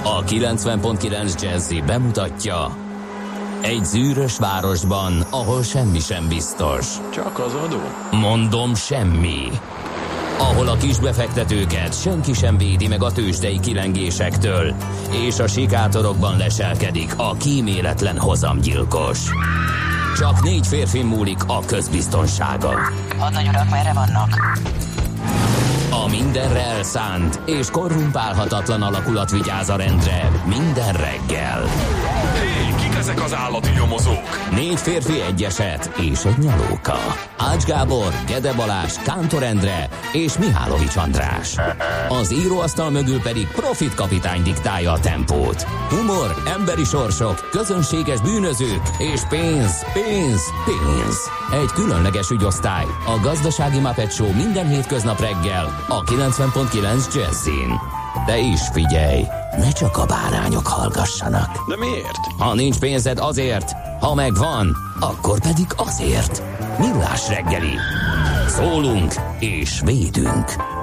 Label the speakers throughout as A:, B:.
A: A 90.9 Jazzy bemutatja: egy zűrös városban, ahol semmi sem biztos.
B: Csak az adó?
A: Mondom, semmi. Ahol a kisbefektetőket senki sem védi meg a tőzsdei kilengésektől, és a sikátorokban leselkedik a kíméletlen hozamgyilkos. Csak 4 férfi múlik a közbiztonsága.
C: Hadnagy urak, merre vannak?
A: A mindenre elszánt és korrumpálhatatlan alakulat vigyáz a rendre minden reggel.
B: Hé, kik ezek az állati nyomozók?
A: 4 férfi, egy eset és egy nyalóka. Ács Gábor, Gede Balázs, Kántor Endre és Mihálovics András. Az íróasztal mögül pedig Profit kapitány diktálja a tempót. Humor, emberi sorsok, közönséges bűnözők és pénz, pénz, pénz. Egy különleges ügyosztály, a Gazdasági Muppet Show minden hétköznap reggel a 90.9 Jazzin. De is figyelj, ne csak a bárányok hallgassanak.
B: De miért?
A: Ha nincs pénzed, azért, ha megvan, akkor pedig azért. Millás reggeli. Szólunk és védünk.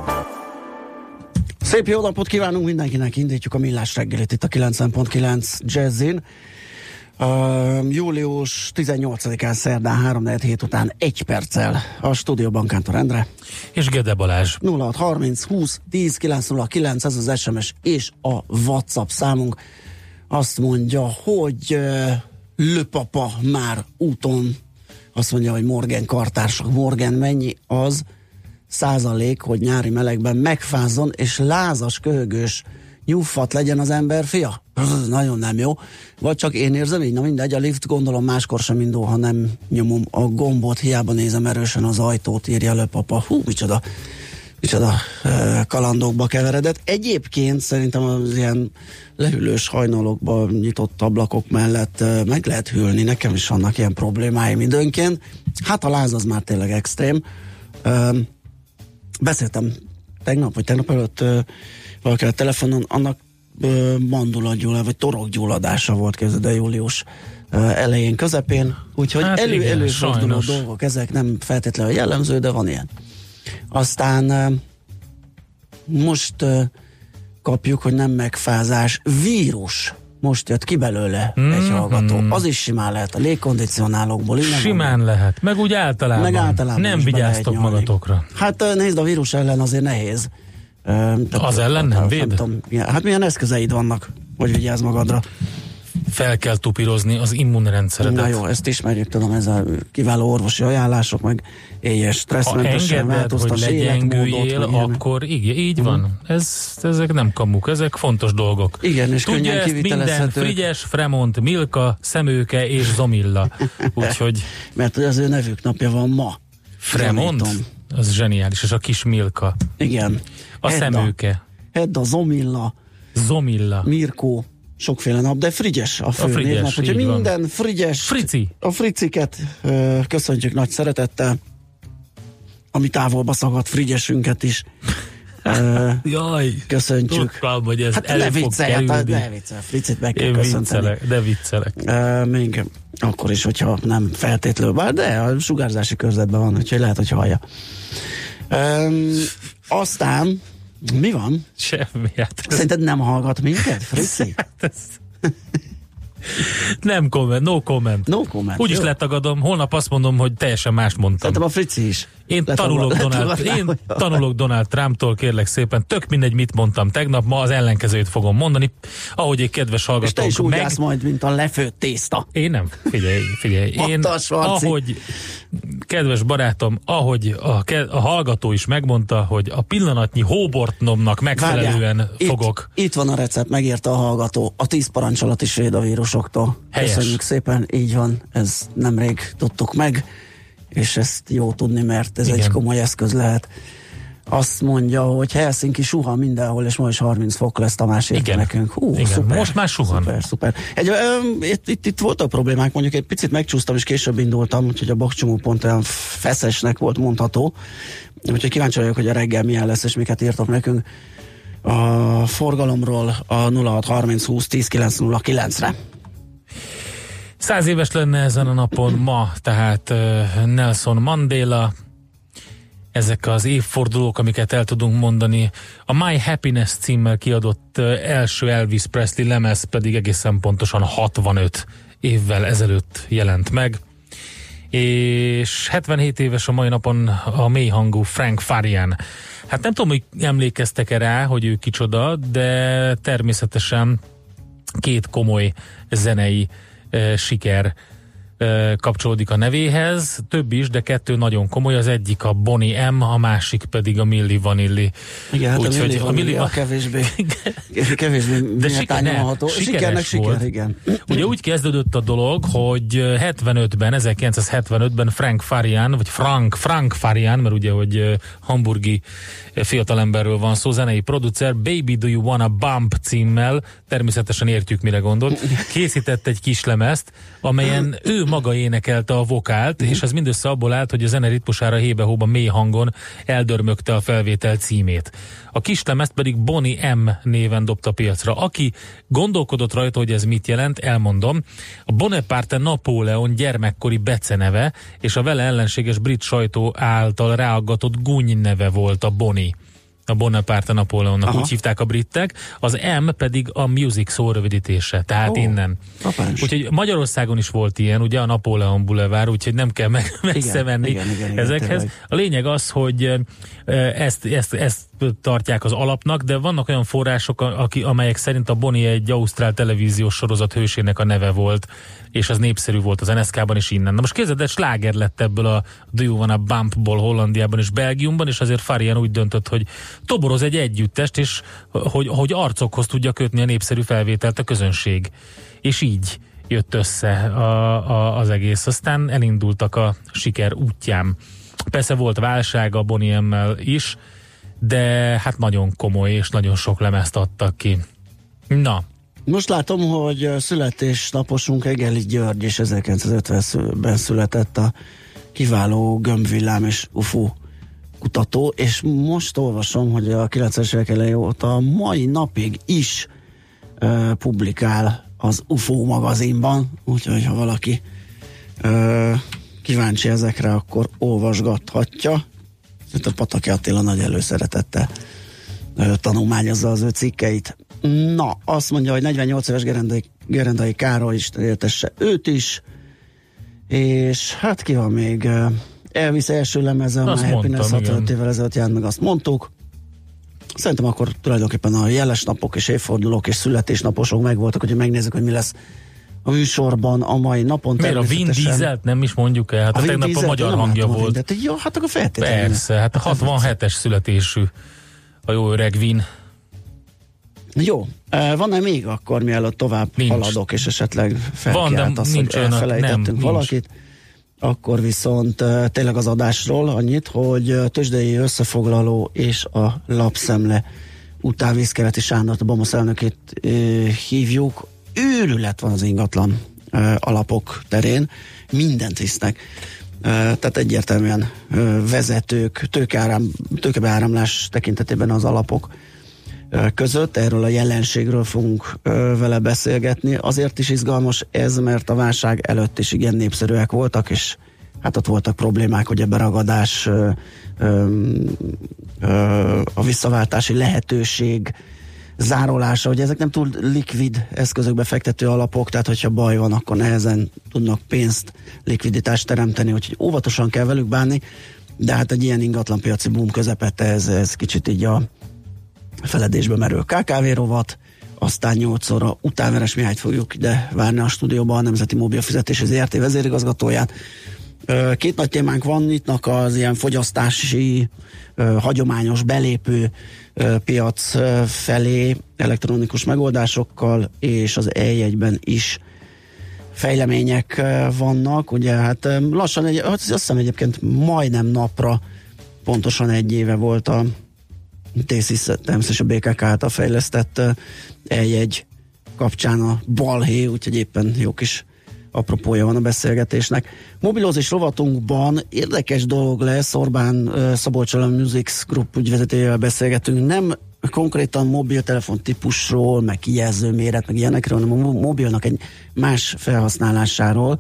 D: Szép jó napot kívánunk mindenkinek, indítjuk a Millás reggelit itt a 90.9 Jazzin. Július 18-án szerdán 3-4 után 1 perccel a stúdióban Kántor Endre
E: és Gede Balázs.
D: 0630 20 10 909, ez az SMS és a WhatsApp számunk. Azt mondja, hogy Lőpapa már úton, azt mondja, hogy Morgan kartársak. Morgan, mennyi az %, hogy nyári melegben megfázzon és lázas, köhögős nyuffat legyen az ember fia? Ez nagyon nem jó. Vagy csak én érzem így? Na mindegy, a lift gondolom máskor sem indul, ha nem nyomom a gombot, hiába nézem erősen az ajtót, írja Lőpapa. Hú, micsoda kalandokba keveredett. Egyébként szerintem az ilyen lehűlős hajnalokba nyitott ablakok mellett meg lehet hűlni. Nekem is vannak ilyen problémáim időnként. Hát a láz az már tényleg extrém. Beszéltem tegnap előtt valaki a telefonon, annak mandulatgyulladás, vagy torokgyulladása volt, képzeld el, július elején, közepén, úgyhogy
E: hát
D: előforduló dolgok, ezek nem feltétlenül jellemző, de van ilyen. Aztán most kapjuk, hogy nem megfázás, vírus. Most jött ki belőle egy hallgató. Az is simán lehet a légkondicionálókból.
E: Simán lehet. Meg úgy általában nem vigyáztok magatokra.
D: Hát nézd, a vírus ellen azért nehéz.
E: Az ellen nem véd?
D: Hát milyen eszközeid vannak, hogy vigyázz magadra?
E: Fel kell tupírozni az immunrendszeredet.
D: Na jó, ezt ismerjük, tudom, ez a kiváló orvosi ajánlások, meg éljes stresszmentesen változtass életmódot. Ha
E: legyengüljél, akkor így van. Ezek nem kamuk, ezek fontos dolgok.
D: Igen, és
E: tudja
D: könnyen kivitelezhető.
E: Minden Frigyes, Fremont, Milka, Szemőke és Zomilla. Úgyhogy...
D: Mert az ő nevük napja van ma.
E: Fremont? Az zseniális, és a kis Milka.
D: Igen.
E: A Szemőke.
D: Hedda, Zomilla. Mirkó. Sokféle nap, de Frigyes a fő névnap, úgyhogy minden Frigyes,
E: Frici.
D: A Friciket köszöntjük nagy szeretettel, ami távolba szakadt Frigyesünket is
E: jaj,
D: köszöntjük.
E: Tudtam, hogy ez
D: hát
E: elő fog kerülni.
D: Ne viccelj, Fricit meg kell köszönteni.
E: De viccelek.
D: Még akkor is, hogyha nem feltétlenül, bár de a sugárzási körzetben van, úgyhogy lehet, hogy hallja. Aztán mi van?
E: Semmi.
D: Szerinted nem hallgat minket, Frici?
E: Nem comment, no comment. Úgyis
D: jó.
E: Letagadom, holnap azt mondom, hogy teljesen mást mondtam.
D: Szerintem a Frici is.
E: Én tanulok Donald Trumptól, kérlek szépen, tök mindegy, mit mondtam tegnap, ma az ellenkezőjét fogom mondani, ahogy egy kedves hallgatónk.
D: És te is úgy állsz majd, mint a lefőtt tészta.
E: Én nem, figyelj. Én, ahogy kedves barátom, ahogy a hallgató is megmondta, hogy a pillanatnyi hóbortnomnak megfelelően fogok.
D: Itt van a recept, megírta a hallgató. A 10 parancsolat is véd a vírusoktól.
E: Helyes.
D: Köszönjük szépen, így van, ez nemrég tudtuk meg, és ezt jó tudni, mert ez egy komoly eszköz lehet. Azt mondja, hogy Helsinki suhan mindenhol, és ma is 30 fok lesz, Tamás írta nekünk. Szuper,
E: most már suhan.
D: Szuper. Itt voltak problémák, mondjuk egy picit megcsúsztam, és később indultam, úgyhogy a bakcsomó pont olyan feszesnek volt mondható. Úgyhogy kíváncsi vagyok, hogy a reggel milyen lesz, és miket írtok nekünk a forgalomról a 0630 20 10 909-re.
E: 100 éves lenne ezen a napon ma, tehát Nelson Mandela. ezek az évfordulók, amiket el tudunk mondani. A My Happiness címmel kiadott első Elvis Presley lemez pedig egészen pontosan 65 évvel ezelőtt jelent meg. És 77 éves a mai napon a mélyhangú Frank Farian. Hát nem tudom, hogy emlékeztek-e rá, hogy ő kicsoda, de természetesen két komoly zenei siker kapcsolódik a nevéhez, több is, de kettő nagyon komoly, az egyik a Boney M, a másik pedig a Milli Vanilli.
D: Igen, hát a Milli a kevésbé
E: de sikeres volt. Igen. Ugye úgy kezdődött a dolog, hogy 1975-ben Frank Farian, mert ugye, hogy hamburgi fiatalemberről van szó, zenei producer, Baby Do You Wanna Bump címmel, természetesen értjük, mire gondolt, készített egy kislemezt, amelyen ő maga énekelte a vokált, és ez mindössze abból állt, hogy a zene ritmusára hébe-hóba mély hangon eldörmögte a felvétel címét. A kislemezt pedig Boney M néven dobta piacra. Aki gondolkodott rajta, hogy ez mit jelent, elmondom. A Bonaparte Napóleon gyermekkori beceneve, és a vele ellenséges brit sajtó által ráaggatott gúny neve volt a Bonnie. A Bonaparte Napóleonnak úgy hívták a britek, az M pedig a Music szó rövidítése, tehát innen. Apáns. Úgyhogy Magyarországon is volt ilyen, ugye a Napóleon Boulevard, úgyhogy nem kell messze menni ezekhez. Igen, a lényeg az, hogy ezt tartják az alapnak, de vannak olyan források, amelyek szerint a Bonnie egy ausztrál televíziós sorozat hősének a neve volt, és az népszerű volt az NSZK-ban is innen. Na most képzeld, de sláger lett ebből a Do You Wanna Bumpból Hollandiában és Belgiumban, és azért Farian úgy döntött, hogy toboroz egy együttest, és hogy arcokhoz tudja kötni a népszerű felvételt a közönség. És így jött össze az egész. Aztán elindultak a siker útján. Persze volt válság a Boney M-mel is, de hát nagyon komoly és nagyon sok lemezt adtak ki. Na.
D: Most látom, hogy születésnaposunk Egeli György, és 1950-ben született a kiváló gömbvillám és UFO kutató, és most olvasom, hogy a 90-es évek elején óta a mai napig is publikál az UFO magazinban, úgyhogy ha valaki kíváncsi ezekre, akkor olvasgathatja. A Pataki Attila nagy előszeretettel tanulmányozza az ő cikkeit. Na, azt mondja, hogy 48 éves Gerendai Károly is értesse őt is, és hát ki van még? Elvis első lemeze, a My Happiness 65 évvel ezelőtt jelent meg, azt mondtuk. Szerintem akkor tulajdonképpen a jeles napok és évfordulók és születésnaposok megvoltak, hogy megnézzük, hogy mi lesz a műsorban a mai napon.
E: Miért a Vin Dieselt nem is mondjuk el? Hát a tegnap a magyar hangja volt.
D: Jó, hát akkor feltétlenül.
E: Persze, hát a 67-es születésű a jó öreg Vin.
D: Jó, van-e még akkor, mielőtt tovább haladok, és esetleg felkiált azt, hogy elfelejtettünk valakit? Akkor viszont tényleg az adásról annyit, hogy tőzsdei összefoglaló és a lapszemle után Vízkeleti Sándort, a BAMOSZ elnökét hívjuk. Őrület van az ingatlan alapok terén, mindent visznek. Tehát egyértelműen vezetők, tőkebeáramlás tekintetében az alapok között, erről a jelenségről fogunk vele beszélgetni. Azért is izgalmas ez, mert a válság előtt is igen népszerűek voltak, és hát ott voltak problémák, hogy a beragadás, a visszaváltási lehetőség zárolása, hogy ezek nem túl likvid eszközökbe fektető alapok, tehát hogyha baj van, akkor nehezen tudnak pénzt, likviditást teremteni, úgyhogy óvatosan kell velük bánni, de hát egy ilyen ingatlanpiaci boom közepette ez kicsit így a feledésbe merül. KKV rovat, aztán 8 óra után Veres Mihályt fogjuk ide várni a stúdióban, a Nemzeti Mobilfizetési ZRT vezérigazgatóját. Két nagy témánk van, nyitnak az ilyen fogyasztási, hagyományos belépő piac felé elektronikus megoldásokkal, és az E1-ben is fejlemények vannak. Ugye hát lassan, azt hiszem egyébként majdnem napra pontosan egy éve volt a TSZ és a BKK által fejlesztett E1 kapcsán a balhé, úgyhogy éppen jó kis apropója van a beszélgetésnek. Mobilozis rovatunkban érdekes dolog lesz, Orbán Szabolccsal, a Music Group ügyvezetőjével beszélgetünk, nem konkrétan mobiltelefon típusról, meg kijelző méret, meg ilyenekről, hanem a mobilnak egy más felhasználásáról,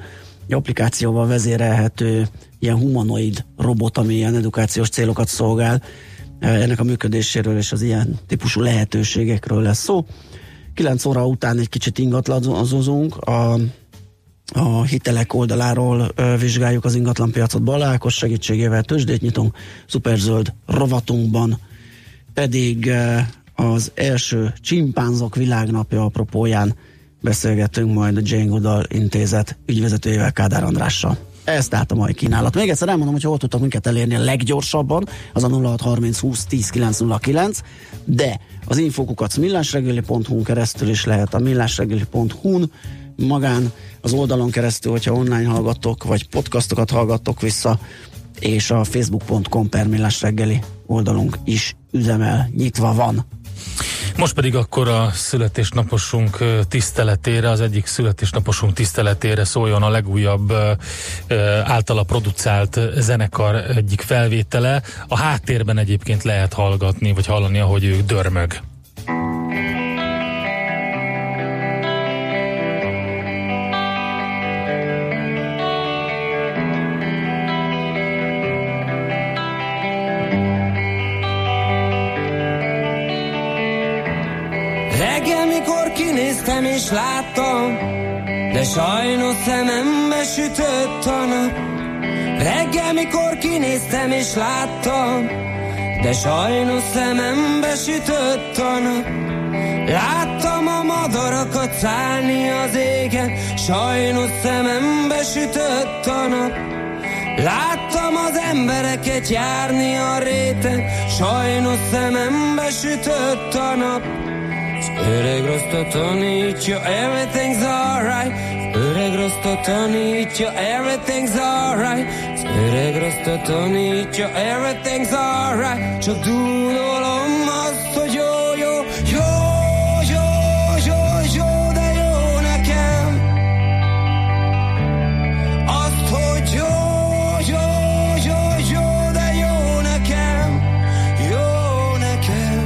D: applikációval vezérelhető ilyen humanoid robot, ami ilyen edukációs célokat szolgál. Ennek a működéséről és az ilyen típusú lehetőségekről lesz szó. 9 óra után egy kicsit ingatlanozunk, a hitelek oldaláról vizsgáljuk az ingatlanpiacot Balla Ákos segítségével, tőzsdét nyitunk, szuperzöld rovatunkban pedig az első csimpánzok világnapja apropóján beszélgetünk majd a Jane Goodall Intézet ügyvezetőjével, Kádár Andrással. Ez tehát a mai kínálat. Még egyszer elmondom, hogy hol tudtak minket elérni a leggyorsabban, az a 0630 20 10 909, de az infókukat millásreggeli.hu-n keresztül is lehet, a millásreggeli.hu-n magán az oldalon keresztül, hogyha online hallgattok, vagy podcastokat hallgattok vissza, és a facebook.com/millásreggeli oldalunk is üzemel, nyitva van.
E: Most pedig akkor a születésnaposunk tiszteletére, az egyik születésnaposunk tiszteletére szóljon a legújabb általa produkált zenekar egyik felvétele. A háttérben egyébként lehet hallgatni, vagy hallani, ahogy ő dörmög.
F: Kinéztem és láttam, de sajnos szemembe sütött a nap. Reggel, mikor kinéztem és láttam, de sajnos szemembe sütött a nap. Láttam a madarakat szállni az égen, sajnos szemembe sütött a nap. Láttam az embereket járni a réten, sajnos szemembe sütött a nap. Öreg rostot tanítja, everything's alright. Öreg rostot tanítja, everything's alright. Öreg rostot tanítja, everything's alright. Csak dúdolom azt, hogy jó, jó, jó, jó, jó, jó, de jó nekem. Azt, hogy jó, jó, jó, jó, de jó nekem. Jó nekem.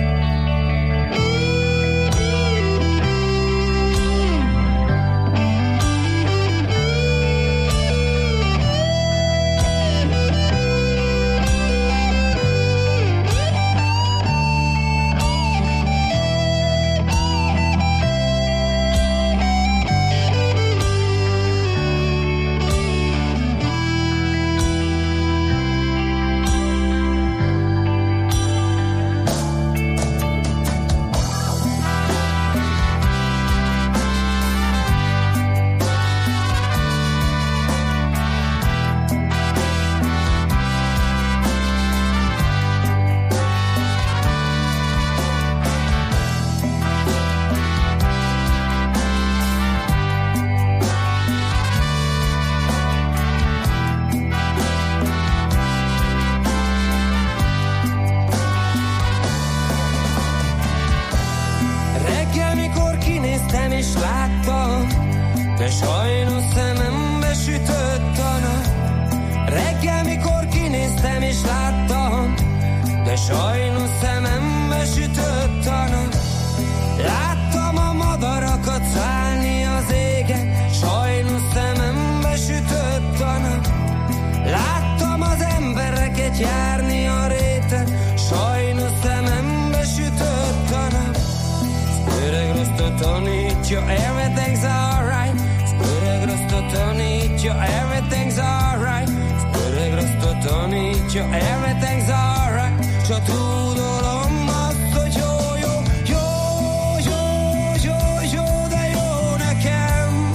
F: De sajnos szemembe sütött a nap. Reggel, mikor kinéztem és láttam, de sajnos szemembe sütött a nap. Láttam a madarakat szállni az égen, sajnos szemembe sütött a nap. Láttam az embereket járni a réten, sajnos szemembe sütött a nap. Öreg rostot tanítja, everything's alright. Öreg rostot tanítja, everything's alright. Öreg rostot tanítja, everything's alright. Csak tudolom azt, hogy jó, jó, jó, jó, jó, jó, de jó nekem.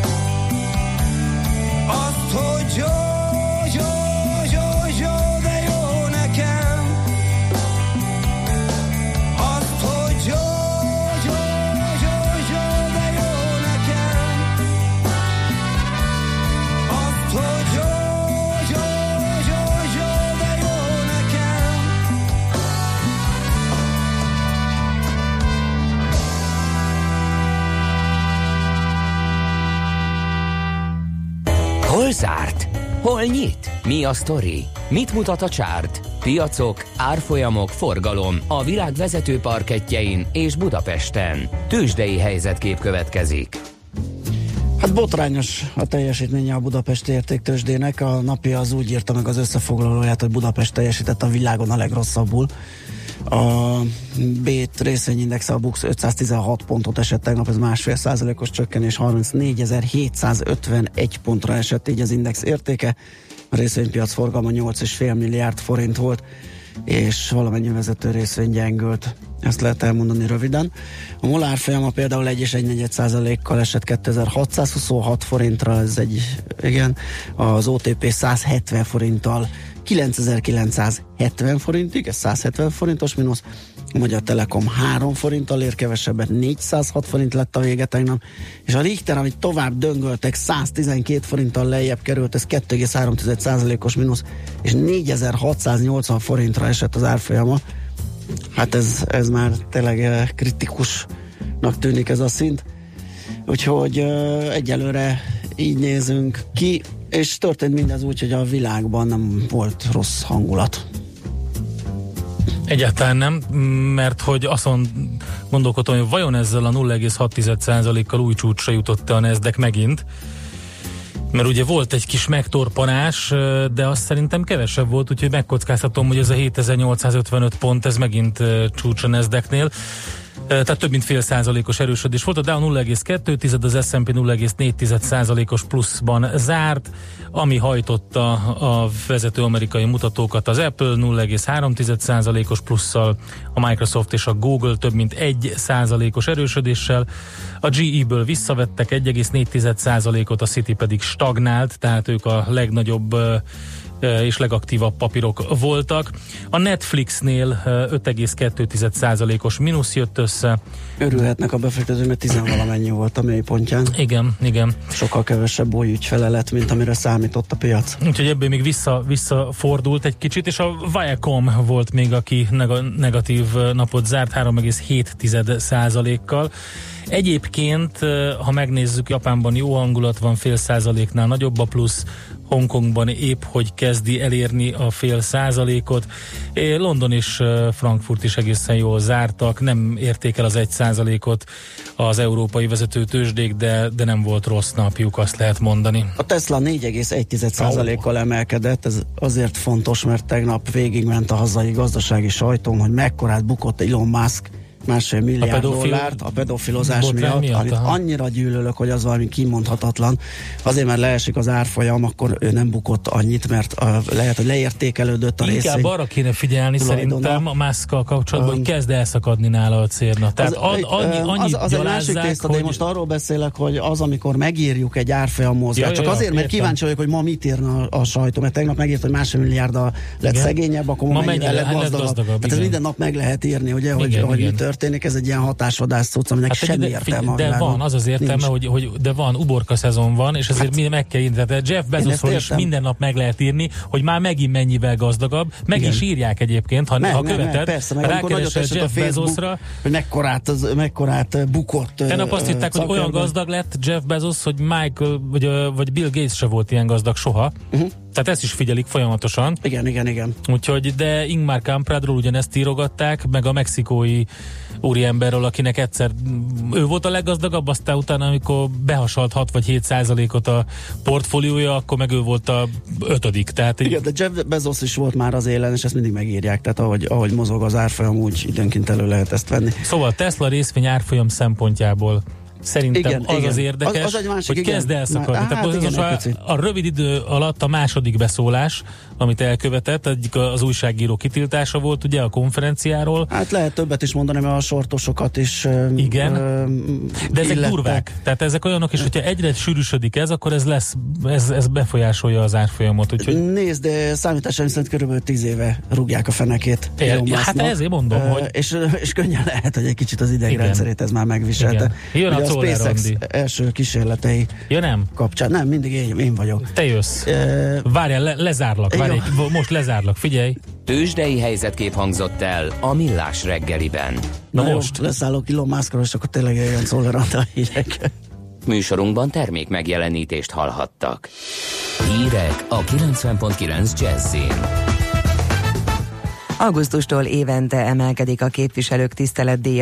F: Azt, hogy jó, jó, jó, jó, de jó nekem. Azt, hogy jó.
A: Hol zárt? Hol nyit? Mi a sztori? Mit mutat a csárt? Piacok, árfolyamok, forgalom a világ vezető parkettjein és Budapesten. Tőzsdei helyzetkép következik.
D: Hát botrányos a teljesítménye a Budapesti Értéktőzsdének. A napi az úgy írta meg az összefoglalóját, hogy Budapest teljesített a világon a legrosszabbul. A BÉT részvényindex, a BUX 516 pontot esett tegnap, ez 1,5%-os csökkenés, 34.651 pontra esett így az index értéke. A részvénypiac forgalma 8,5 milliárd forint volt, és valamennyi vezető részvény gyengült. Ezt lehet elmondani röviden. A MOL árfolyama például 1,1%-kal esett 2626 forintra, ez igen, az OTP 170 forinttal 9970 forintig, ez 170 forintos mínusz, a Magyar Telekom 3 forinttal ér kevesebbet, 406 forint lett a vége tegnap, és a Richter, amit tovább döngöltek, 112 forinttal lejjebb került, ez 2,3%-os mínusz, és 4680 forintra esett az árfolyama. Hát ez már tényleg kritikusnak tűnik ez a szint, úgyhogy egyelőre így nézünk ki, és történt mindez úgy, hogy a világban nem volt rossz hangulat.
E: Egyáltalán nem, mert hogy azon gondolkodtam, hogy vajon ezzel a 0,6%-kal új csúcsra jutott a Nasdaq megint, mert ugye volt egy kis megtorpanás, de azt szerintem kevesebb volt, úgyhogy megkockáztatom, hogy ez a 7855 pont, ez megint csúcs a Nasdaqnél. Tehát több mint 0,5%-os erősödés volt. A Dow 0,2, az S&P 0,4%-os pluszban zárt, ami hajtotta a vezető amerikai mutatókat. Az Apple 0,3%-os plusszal, a Microsoft és a Google több mint 1%-os erősödéssel, a GE-ből visszavettek 1,4%-ot, a Citi pedig stagnált, tehát ők a legnagyobb és legaktívabb papírok voltak. A Netflixnél 5,2%-os mínusz jött össze.
D: Örülhetnek a befektetők, mert 10-valamennyi volt a mélypontján.
E: Igen.
D: Sokkal kevesebb új ügyfele lett, mint amire számított a piac.
E: Úgyhogy ebből még visszafordult egy kicsit, és a Viacom volt még, aki negatív napot zárt 3,7%-kal. Egyébként, ha megnézzük, Japánban jó hangulat van, 0,5%-nál nagyobb a plusz, Hongkongban épp hogy kezdi elérni a 0,5%-ot. London és Frankfurt is egészen jól zártak, nem érték el az 1%-ot az európai vezető tőzsdék, de nem volt rossz napjuk, azt lehet mondani.
D: A Tesla 4,1%-kal emelkedett, ez azért fontos, mert tegnap végigment a hazai gazdasági sajtón, hogy mekkorát bukott Elon Musk, $1,5 milliárd dollárt a pedofilozás miatt, amit annyira gyűlölök, hogy az valami kimondhatatlan. Azért, mert leesik az árfolyam, akkor ő nem bukott annyit, mert lehet, hogy leértékelődött a részvény.
E: Inkább arra kéne figyelni szerintem a Muskkal kapcsolatban, hogy kezd elszakadni nála a cérna. Tehát
D: az egy másik tészta, de én most arról beszélek, hogy az, amikor megírjuk egy árfolyam mozgást, csak azért, mert kíváncsi vagyok, hogy ma mit írna a sajtó, mert tegnap megírt, hogy $1,5 milliárd lett szegényebb, akkor ma mennyire lett gazdagabb. Tehát ez minden nap meg lehet írni, ugye, hogy mi történik, ez egy ilyen hatásvadász cucc, aminek semmi értelme.
E: De van, az értelme, hogy de van, uborka szezon van, és ezért meg kell írni. Tehát Jeff Bezosról is minden nap meg lehet írni, hogy már megint mennyivel gazdagabb. Meg is írják egyébként, ha követed, rákeresel Jeff Bezosra.
D: Hogy mekkorát bukott.
E: Tegnap azt hitták, hogy olyan gazdag lett Jeff Bezos, hogy Michael vagy Bill Gates se volt ilyen gazdag soha. Tehát ezt is figyelik folyamatosan.
D: Igen.
E: Úgyhogy, de Ingmar Kamprádról ugyanezt írogatták, meg a mexikói úriemberről, akinek egyszer ő volt a leggazdagabb, aztán utána, amikor behasalt 6 vagy 7%-ot a portfóliója, akkor meg ő volt a 5. Tehát
D: igen, de Jeff Bezos is volt már az élen, és ezt mindig megírják, tehát ahogy mozog az árfolyam, úgy időnként elő lehet ezt venni.
E: Szóval Tesla részvény árfolyam szempontjából szerintem az érdekes, hogy kezd elszakadni. Tehát a rövid idő alatt a második beszólás, amit elkövetett, egyik az újságíró kitiltása volt ugye a konferenciáról.
D: Hát lehet többet is mondani, mert a sortosokat is
E: igen, de ezek durvák. Tehát ezek olyanok is, hogyha egyre sűrűsödik ez, akkor ez befolyásolja az árfolyamot. Úgyhogy...
D: Nézd, de számításaim szerint körülbelül 10 éve rúgják a fenekét.
E: Hát ezért mondom, hogy...
D: És könnyen lehet, hogy egy kicsit az idegrendszerét ez már megviselte.
E: Jön a
D: SpaceX első kísérletei kapcsán. Nem, mindig én vagyok.
E: Te jössz. Várjál, lezárlak. Most lezárlak, figyelj.
A: Tőzsdei helyzetkép hangzott el a Millás reggeliben.
D: Na most leszállok Elon Muskról, és akkor tényleg ilyen tolerant a hírek.
A: Műsorunkban termék megjelenítést hallhattak. Hírek a 90.9 Jazzin.
G: Augusztustól évente emelkedik a képviselők tiszteletdíja.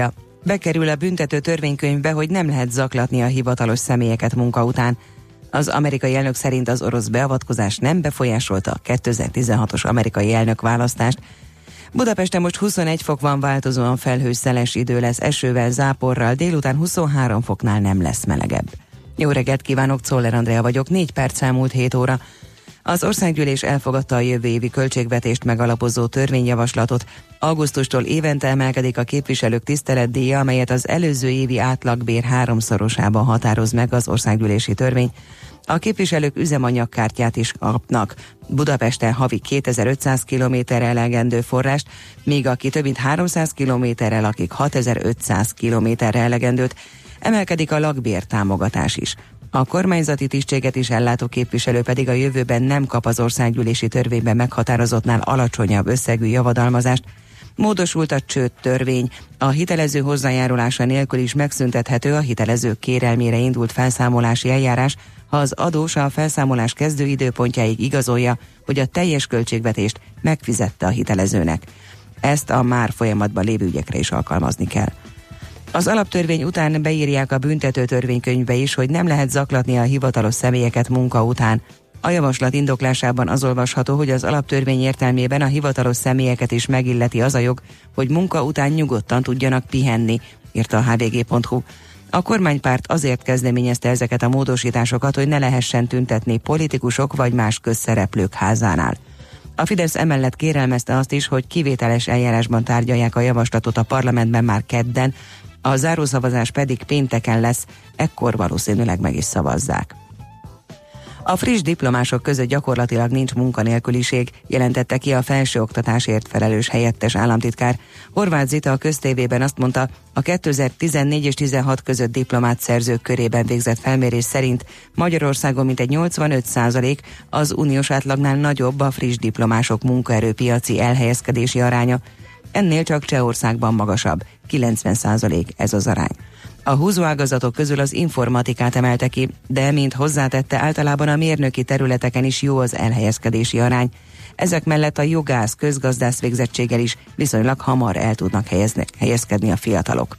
G: bekerül a büntető törvénykönyvbe, hogy nem lehet zaklatni a hivatalos személyeket munka után. Az amerikai elnök szerint az orosz beavatkozás nem befolyásolta a 2016-os amerikai elnökválasztást. Budapesten most 21 fok van, változóan felhős, szeles idő lesz, esővel, záporral, délután 23 foknál nem lesz melegebb. Jó reggelt kívánok, Czoller Andrea vagyok, 4 perc elmúlt 7 óra. Az országgyűlés elfogadta a jövő évi költségvetést megalapozó törvényjavaslatot. Augusztustól évente emelkedik a képviselők tiszteletdíja, amelyet az előző évi átlagbér 3-szorosában határoz meg az országgyűlési törvény. A képviselők üzemanyagkártyát is kapnak. Budapesten havi 2500 kilométerre elegendő forrást, míg aki több mint 300 kilométerrel, akik 6500 kilométerre elegendőt. Emelkedik a lakbértámogatás is. A kormányzati tisztséget is ellátó képviselő pedig a jövőben nem kap az országgyűlési törvényben meghatározottnál alacsonyabb összegű javadalmazást. Módosult a csőd törvény. A hitelező hozzájárulása nélkül is megszüntethető a hitelezők kérelmére indult felszámolási eljárás, ha az adós a felszámolás kezdő időpontjáig igazolja, hogy a teljes költségvetést megfizette a hitelezőnek. Ezt a már folyamatban lévő ügyekre is alkalmazni kell. Az alaptörvény után beírják a büntető törvénykönyvbe is, hogy nem lehet zaklatni a hivatalos személyeket munka után. A javaslat indoklásában az olvasható, hogy az alaptörvény értelmében a hivatalos személyeket is megilleti az a jog, hogy munka után nyugodtan tudjanak pihenni, írta a hvg.hu. A kormánypárt azért kezdeményezte ezeket a módosításokat, hogy ne lehessen tüntetni politikusok vagy más közszereplők házánál. A Fidesz emellett kérelmezte azt is, hogy kivételes eljárásban tárgyalják a javaslatot a parlamentben már kedden, a zárószavazás pedig pénteken lesz, ekkor valószínűleg meg is szavazzák. A friss diplomások között gyakorlatilag nincs munkanélküliség, jelentette ki a felsőoktatásért felelős helyettes államtitkár. Horváth Zita a Köztévében azt mondta, a 2014 és 16 között diplomát szerzők körében végzett felmérés szerint Magyarországon mintegy 85%, az uniós átlagnál nagyobb a friss diplomások munkaerőpiaci elhelyezkedési aránya. Ennél csak Csehországban magasabb, 90% ez az arány. A húzóágazatok közül az informatikát emelte ki, de mint hozzátette, általában a mérnöki területeken is jó az elhelyezkedési arány. Ezek mellett a jogász, közgazdász végzettséggel is viszonylag hamar el tudnak helyezkedni a fiatalok.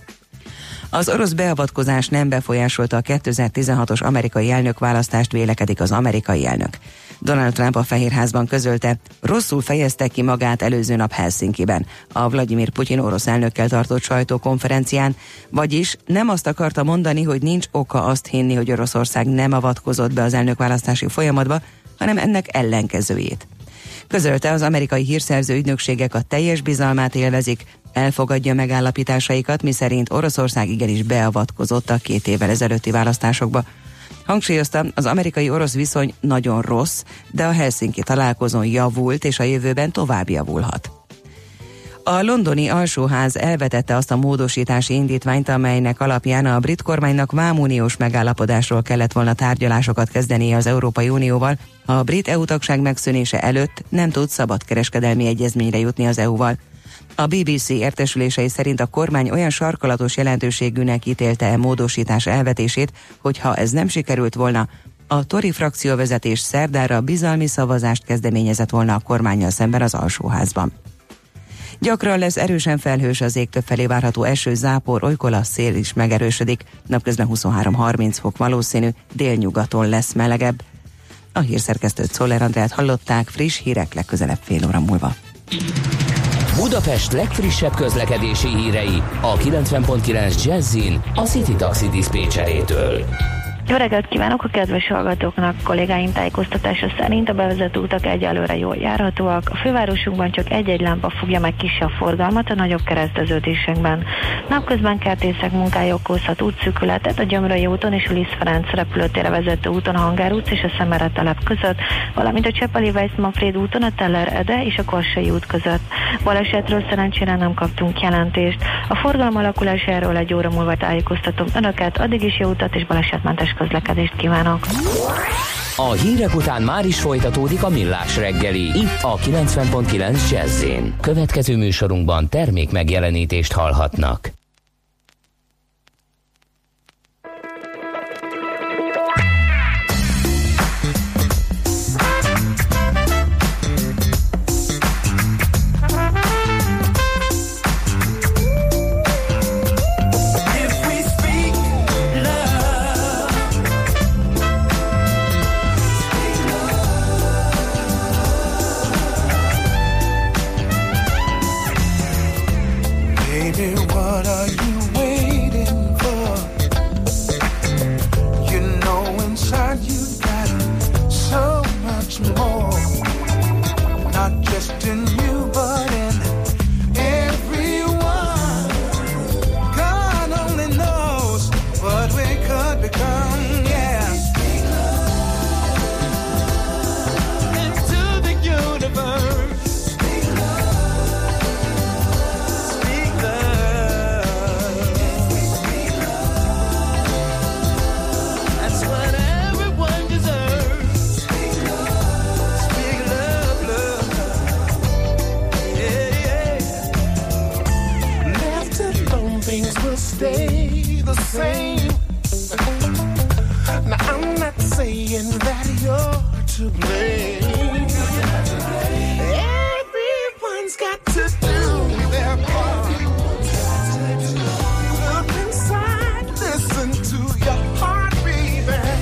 G: Az orosz beavatkozás nem befolyásolta a 2016-os amerikai elnökválasztást, vélekedik az amerikai elnök. Donald Trump a Fehérházban közölte, rosszul fejezte ki magát előző nap Helsinkiben, a Vladimir Putyin orosz elnökkel tartott sajtókonferencián, vagyis nem azt akarta mondani, hogy nincs oka azt hinni, hogy Oroszország nem avatkozott be az elnökválasztási folyamatba, hanem ennek ellenkezőjét. Közölte, az amerikai hírszerző ügynökségek a teljes bizalmát élvezik, elfogadja megállapításaikat, miszerint Oroszország igenis beavatkozott a 2 évvel ezelőtti választásokba. Hangsúlyozta, az amerikai-orosz viszony nagyon rossz, de a Helsinki találkozón javult, és a jövőben tovább javulhat. A londoni alsóház elvetette azt a módosítási indítványt, amelynek alapján a brit kormánynak vámuniós megállapodásról kellett volna tárgyalásokat kezdenie az Európai Unióval, ha a brit EU-tagság megszűnése előtt nem tud szabadkereskedelmi egyezményre jutni az EU-val. A BBC értesülései szerint a kormány olyan sarkalatos jelentőségűnek ítélte e módosítás elvetését, hogy ha ez nem sikerült volna, a Tory frakcióvezetés szerdára bizalmi szavazást kezdeményezett volna a kormánnyal szemben az alsóházban. Gyakran lesz erősen felhős, az ég többfelé várható eső, zápor, olykor a szél is megerősödik. Napközben 23-30 fok valószínű, délnyugaton lesz melegebb. A hírszerkesztőt, Czoller Andrát hallották, friss hírek legközelebb fél óra múlva.
A: Budapest legfrissebb közlekedési hírei a 90.9 Jazzin a City Taxi diszpécserétől.
H: Jó reggelt kívánok a kedves hallgatóknak! Kollégáim tájékoztatása szerint a bevezető utak egyelőre jól járhatóak. A fővárosunkban csak egy-egy lámpa fogja meg kisebb forgalmat a nagyobb kereszteződésekben. Napközben kertészek munkája okozhat útszűkületet a Gyömrői úton és a Liszt Ferenc repülőtérre vezető úton a Hangár utca és a Szemere telep között, valamint a Csepeli Weiss-Manfréd úton a Teller-Ede és a Kassai út között. Balesetről szerencsére nem kaptunk jelentést. A forgalom alakulásáról egy óra múlva tájékoztatom önöket, addig is jó utat és balesetmentes közlekedést kívánok.
A: A hírek után már is folytatódik a Millás reggeli, itt a 90.9 Jazz-én. Következő műsorunkban termék megjelenítést hallhatnak.
I: stay the same. Now I'm not saying that you're to blame. Everyone's got to do their part. Look inside, listen to your heart beating.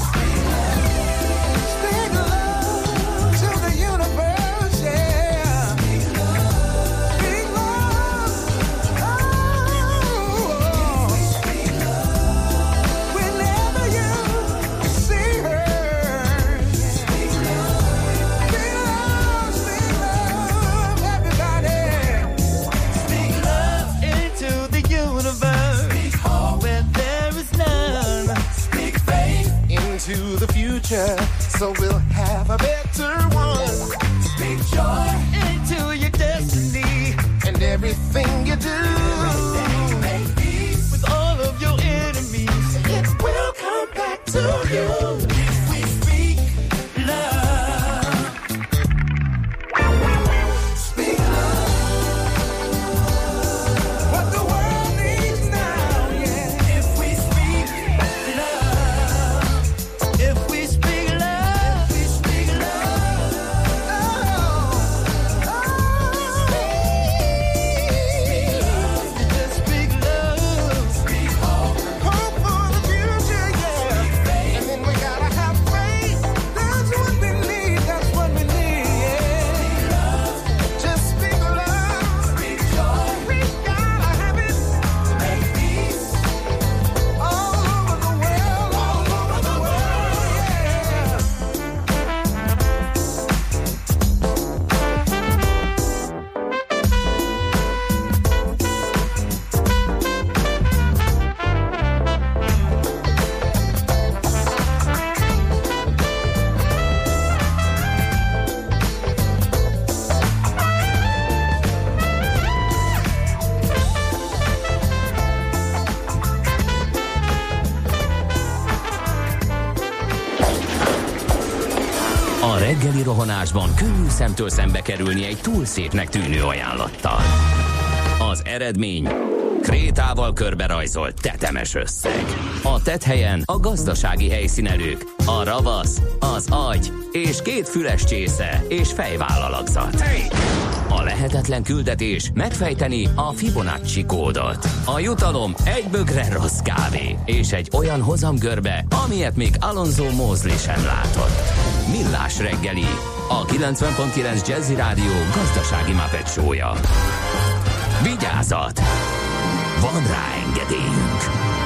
I: Speak love to the universe, yeah. Speak love. Whenever you see her, speak love, everybody. Speak love into the universe, where there is none. Speak faith into the future, so we'll have a better one. Speak joy into your destiny, and everything you do. Make peace with all of your enemies. It will come back to you. If we speak love. Speak love. What the world needs now, yeah. If we speak love. If we speak love. If we speak love. Just speak love. Speak hope. Hope for the future, yeah. And then we gotta have faith. That's what we need. That's what we need, yeah. Just speak love. Speak joy. We gotta have it. Make peace. All over the world. All over the world, yeah.
A: A reggeli rohanásban könnyű szemtől szembe kerülni egy túl szépnek tűnő ajánlattal. Az eredmény krétával körberajzolt tetemes összeg. A tetthelyen a gazdasági helyszínelők, a ravasz, az agy és 2 füles csésze és fejvállalakzat. A lehetetlen küldetés megfejteni a Fibonacci kódot. A jutalom egy bögre rossz kávé és egy olyan hozamgörbe, amilyet még Alonso Mosley sem látott. Millás reggeli, a 90.9 Jazzy Rádió gazdasági Muppet show-ja. Vigyázat! Van rá engedélyünk!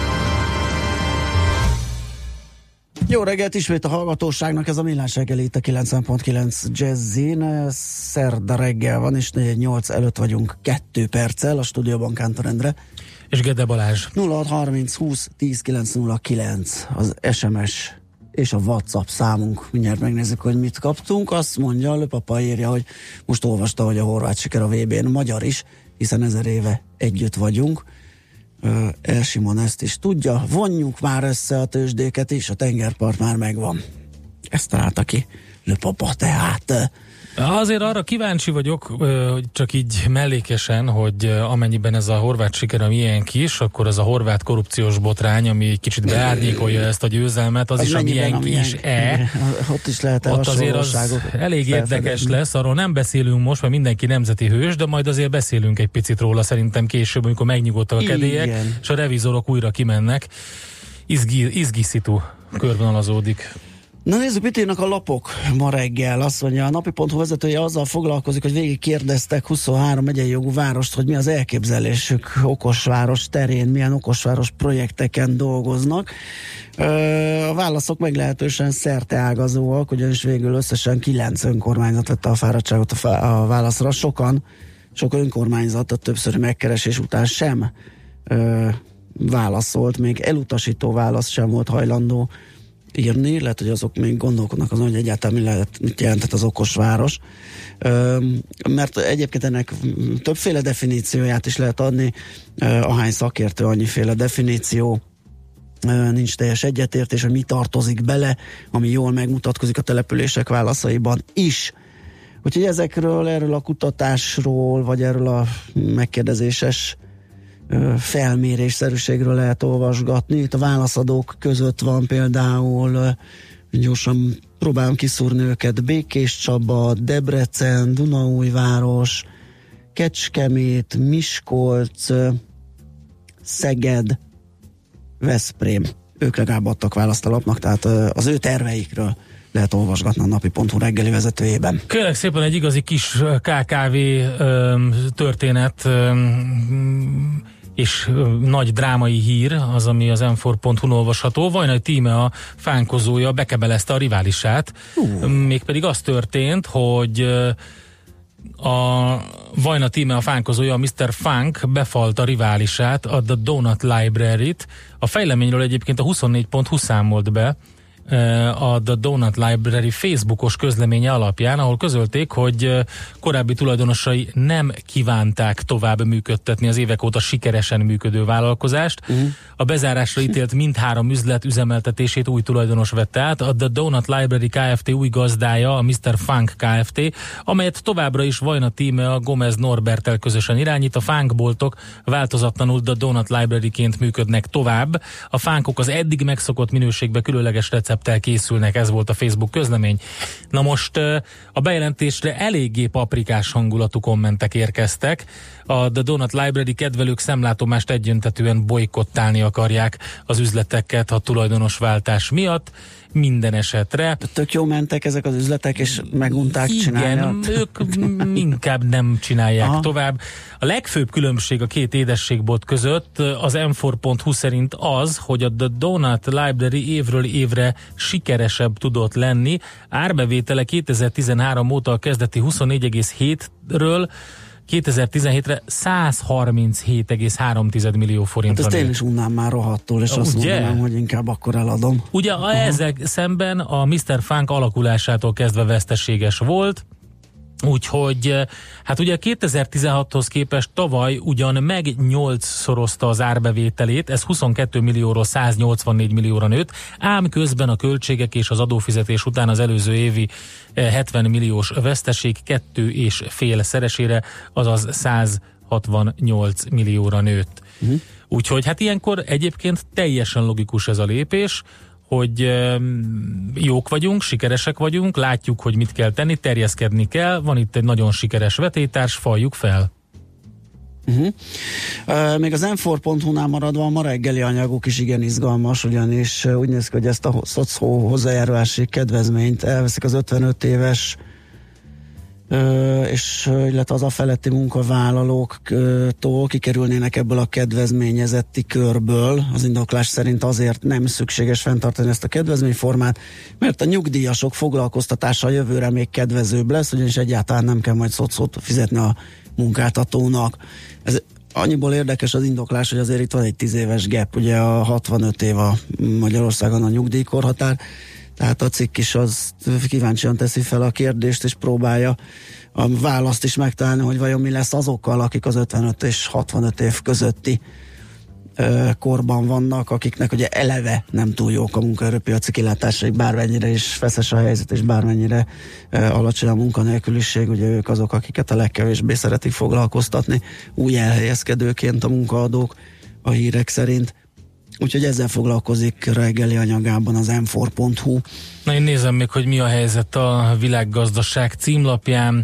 D: Jó reggelt ismét a hallgatóságnak, ez a Millás reggeli itt a 90.9 Jazzin. Szerda reggel van, és 4:08 előtt vagyunk 2 perccel, a stúdióban Kántor Endre.
E: És Gede Balázs.
D: 0630 20 10 909 az SMS és a WhatsApp számunk. Mindjárt megnézzük, hogy mit kaptunk. Azt mondja, Löpapa írja, hogy most olvasta, hogy a horvát siker a VB-n magyar is, hiszen 1000 éve együtt vagyunk. Elsimon ezt is tudja. Vonjuk már össze a tőzsdéket is, a tengerpart már megvan. Ezt találta ki Löpapa, tehát...
E: Azért arra kíváncsi vagyok, hogy csak így mellékesen, hogy amennyiben ez a horvát siker, ami ilyen kis, akkor ez a horvát korrupciós botrány, ami egy kicsit beárnyékolja ezt a győzelmet, az is amilyen kis-e.
D: Ott is lehet
E: ott azért az elég érdekes lesz, arról nem beszélünk most, mert mindenki nemzeti hős, de majd azért beszélünk egy picit róla szerintem később, amikor megnyugodtak a kedélyek, és a revizorok újra kimennek. Izgiszitu körvonalazódik.
D: Na nézzük, mit írnak a lapok ma reggel. Azt mondja, a napi.hu vezetője azzal foglalkozik, hogy végig kérdeztek 23 megyei jogú várost, hogy mi az elképzelésük okosváros terén, milyen okosváros projekteken dolgoznak. A válaszok meglehetősen szerteágazóak, ugyanis végül összesen 9 önkormányzat vette a fáradtságot a válaszra. Sok önkormányzat a többszöri megkeresés után sem válaszolt, még elutasító válasz sem volt hajlandó írni, lehet, hogy azok még gondolkodnak azon, hogy egyáltalán mit jelentett az okosváros. Mert egyébként ennek többféle definícióját is lehet adni, ahány szakértő, annyiféle definíció, nincs teljes egyetértés, hogy mi tartozik bele, ami jól megmutatkozik a települések válaszaiban is. Úgyhogy erről a kutatásról, vagy erről a megkérdezéses felmérésszerűségről lehet olvasgatni. Itt a válaszadók között van például, gyorsan próbálom kiszúrni őket, Békés Csaba, Debrecen, Dunaújváros, Kecskemét, Miskolc, Szeged, Veszprém. Ők legalább adtak választ a lapnak, tehát az ő terveikről lehet olvasgatni a napi.hu reggeli vezetőjében.
E: Kérlek szépen egy igazi kis KKV történet és nagy drámai hír, az, ami az m4.hu-n olvasható. Vajnai Tíme, a fánkozója bekebelezte a riválisát. Mégpedig az történt, hogy a Vajna Tíme, a fánkozója, a Mr. Funk befalt a riválisát, a The Donut Library-t. A fejleményről egyébként a 24.hu számolt be a The Donut Library Facebookos közleménye alapján, ahol közölték, hogy korábbi tulajdonosai nem kívánták tovább működtetni az évek óta sikeresen működő vállalkozást. A bezárásra ítélt mindhárom üzlet üzemeltetését új tulajdonos vette át. A The Donut Library Kft. Új gazdája a Mr. Funk Kft., amelyet továbbra is Vajna Tíme a Gomez Norberttel közösen irányít. A fánkboltok változatlanul The Donut Library-ként működnek tovább. A fánkok az eddig megszokott minőségbe különleges recepttel készülnek, ez volt a Facebook közlemény. Na most a bejelentésre eléggé paprikás hangulatú kommentek érkeztek. A The Donut Library kedvelők szemlátomást egyöntetűen bojkottálni akarják az üzleteket a tulajdonosváltás miatt. Minden esetre.
D: Tök jó mentek ezek az üzletek, és megunták csinálni.
E: Igen, ők inkább nem csinálják tovább. A legfőbb különbség a két édességbolt között az m4.hu szerint az, hogy a The Donut Library évről évre sikeresebb tudott lenni. Árbevétele 2013 óta a kezdeti 24,7-ről 2017-re 137,3 millió forintra.
D: Hát ezt én is unnám már rohadtul, és azt mondanám, hogy inkább akkor eladom.
E: Ugye ezek szemben a Mr. Funk alakulásától kezdve veszteséges volt, úgyhogy hát ugye 2016-hoz képest tavaly ugyan meg 8-szorozta az árbevételét, ez 22 millióról 184 millióra nőtt, ám közben a költségek és az adófizetés után az előző évi 70 milliós veszteség 2,5 szeresére, azaz 168 millióra nőtt. Úgyhogy hát ilyenkor egyébként teljesen logikus ez a lépés, hogy jók vagyunk, sikeresek vagyunk, látjuk, hogy mit kell tenni, terjeszkedni kell, van itt egy nagyon sikeres vetélytárs, faljuk fel.
D: Még az m4.hu-nál maradva a ma reggeli anyaguk is igen izgalmas, ugyanis úgy néz ki, hogy ezt a szocó hozzájárulási kedvezményt elveszik az 55 éves és illetve az a feletti munkavállalóktól, kikerülnének ebből a kedvezményezetti körből. Az indoklás szerint azért nem szükséges fenntartani ezt a kedvezményformát, mert a nyugdíjasok foglalkoztatása a jövőre még kedvezőbb lesz, ugyanis egyáltalán nem kell majd szocót fizetni a munkáltatónak. Ez annyiból érdekes az indoklás, hogy azért itt van egy 10 éves gap, ugye a 65 év a Magyarországon a nyugdíjkorhatár, tehát a cikk is az kíváncsian teszi fel a kérdést, és próbálja a választ is megtalálni, hogy vajon mi lesz azokkal, akik az 55 és 65 év közötti korban vannak, akiknek ugye eleve nem túl jók a munkaerőpiaci kilátásaik, bármennyire is feszes a helyzet, és bármennyire alacsony a munkanélküliség, ugye ők azok, akiket a legkevésbé szeretik foglalkoztatni, új elhelyezkedőként a munkaadók a hírek szerint. Úgyhogy ezzel foglalkozik reggeli anyagában az m4.hu.
E: Na, én nézem még, hogy mi a helyzet a Világgazdaság címlapján.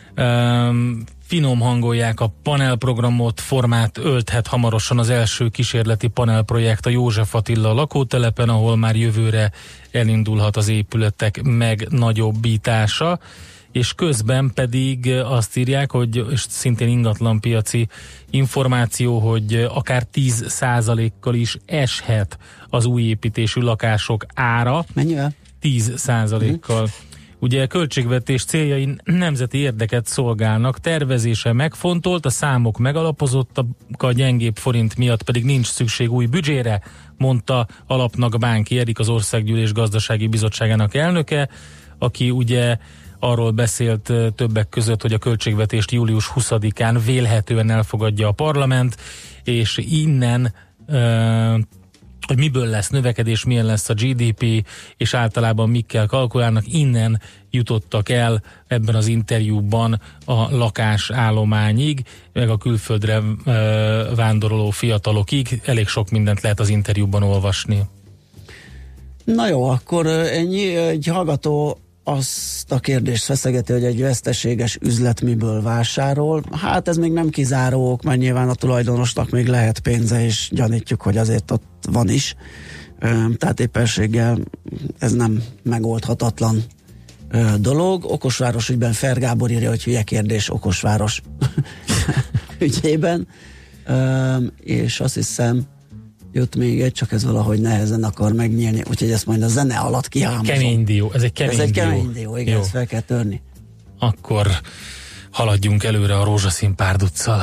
E: Finom hangolják a panelprogramot, formát ölthet hamarosan az első kísérleti panelprojekt a József Attila lakótelepen, ahol már jövőre elindulhat az épületek megnagyobbítása, és közben pedig azt írják, hogy és szintén ingatlanpiaci információ, hogy akár 10%-kal is eshet az új építésű lakások ára.
D: Mennyivel?
E: 10%-kal. Ugye költségvetés céljai nemzeti érdeket szolgálnak, tervezése megfontolt, a számok megalapozottak, a gyengébb forint miatt pedig nincs szükség új büdzsére, mondta alapnak Bánki Erik, az Országgyűlés Gazdasági Bizottságának elnöke, aki ugye arról beszélt többek között, hogy a költségvetést július 20-án vélhetően elfogadja a parlament, és innen, hogy miből lesz növekedés, milyen lesz a GDP, és általában mikkel kalkulálnak. Innen jutottak el ebben az interjúban a lakásállományig, meg a külföldre vándoroló fiatalokig. Elég sok mindent lehet az interjúban olvasni.
D: Na jó, akkor egy hallgató azt a kérdést feszegeti, hogy egy veszteséges üzlet miből vásárol. Hát ez még nem kizáró, mert nyilván a tulajdonosnak még lehet pénze, és gyanítjuk, hogy azért ott van is. Tehát éppenséggel ez nem megoldhatatlan dolog. Okosváros ügyben Fer Gábor írja, hogy hülye kérdés Okosváros ügyében. És azt hiszem, jött még egy, csak ez valahogy nehezen akar megnyílni, úgyhogy ezt majd a zene alatt kihámozom.
E: Kemény dió, ez egy
D: kemény dió, igen,
E: jó.
D: Ezt fel kell törni.
E: Akkor haladjunk előre a rózsaszín párduccal.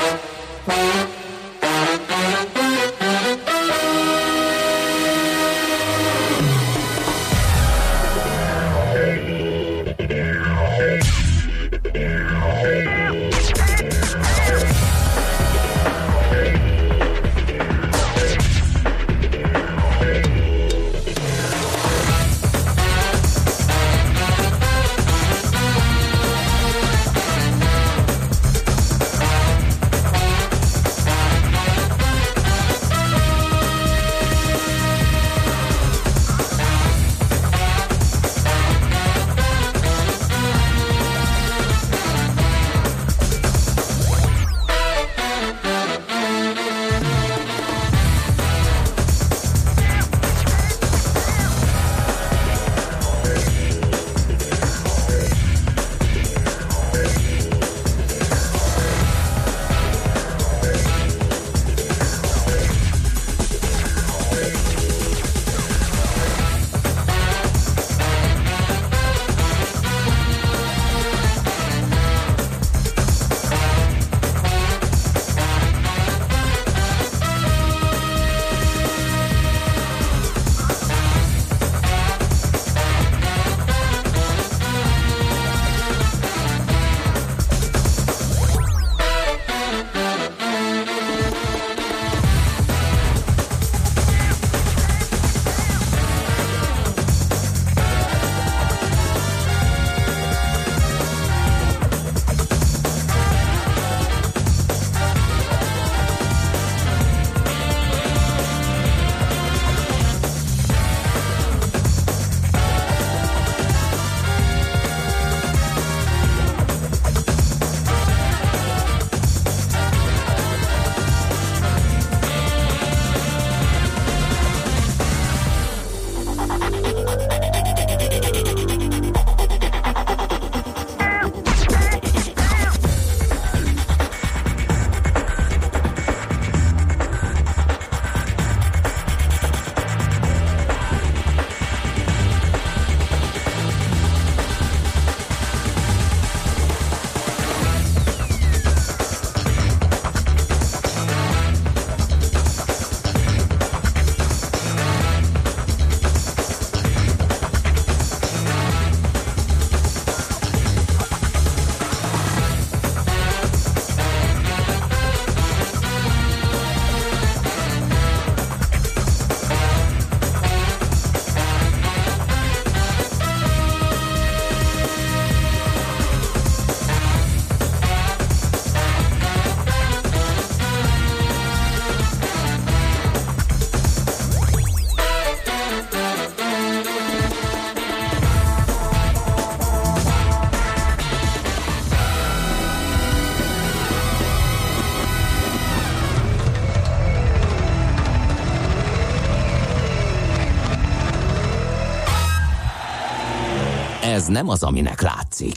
A: Ez nem az, aminek látszik.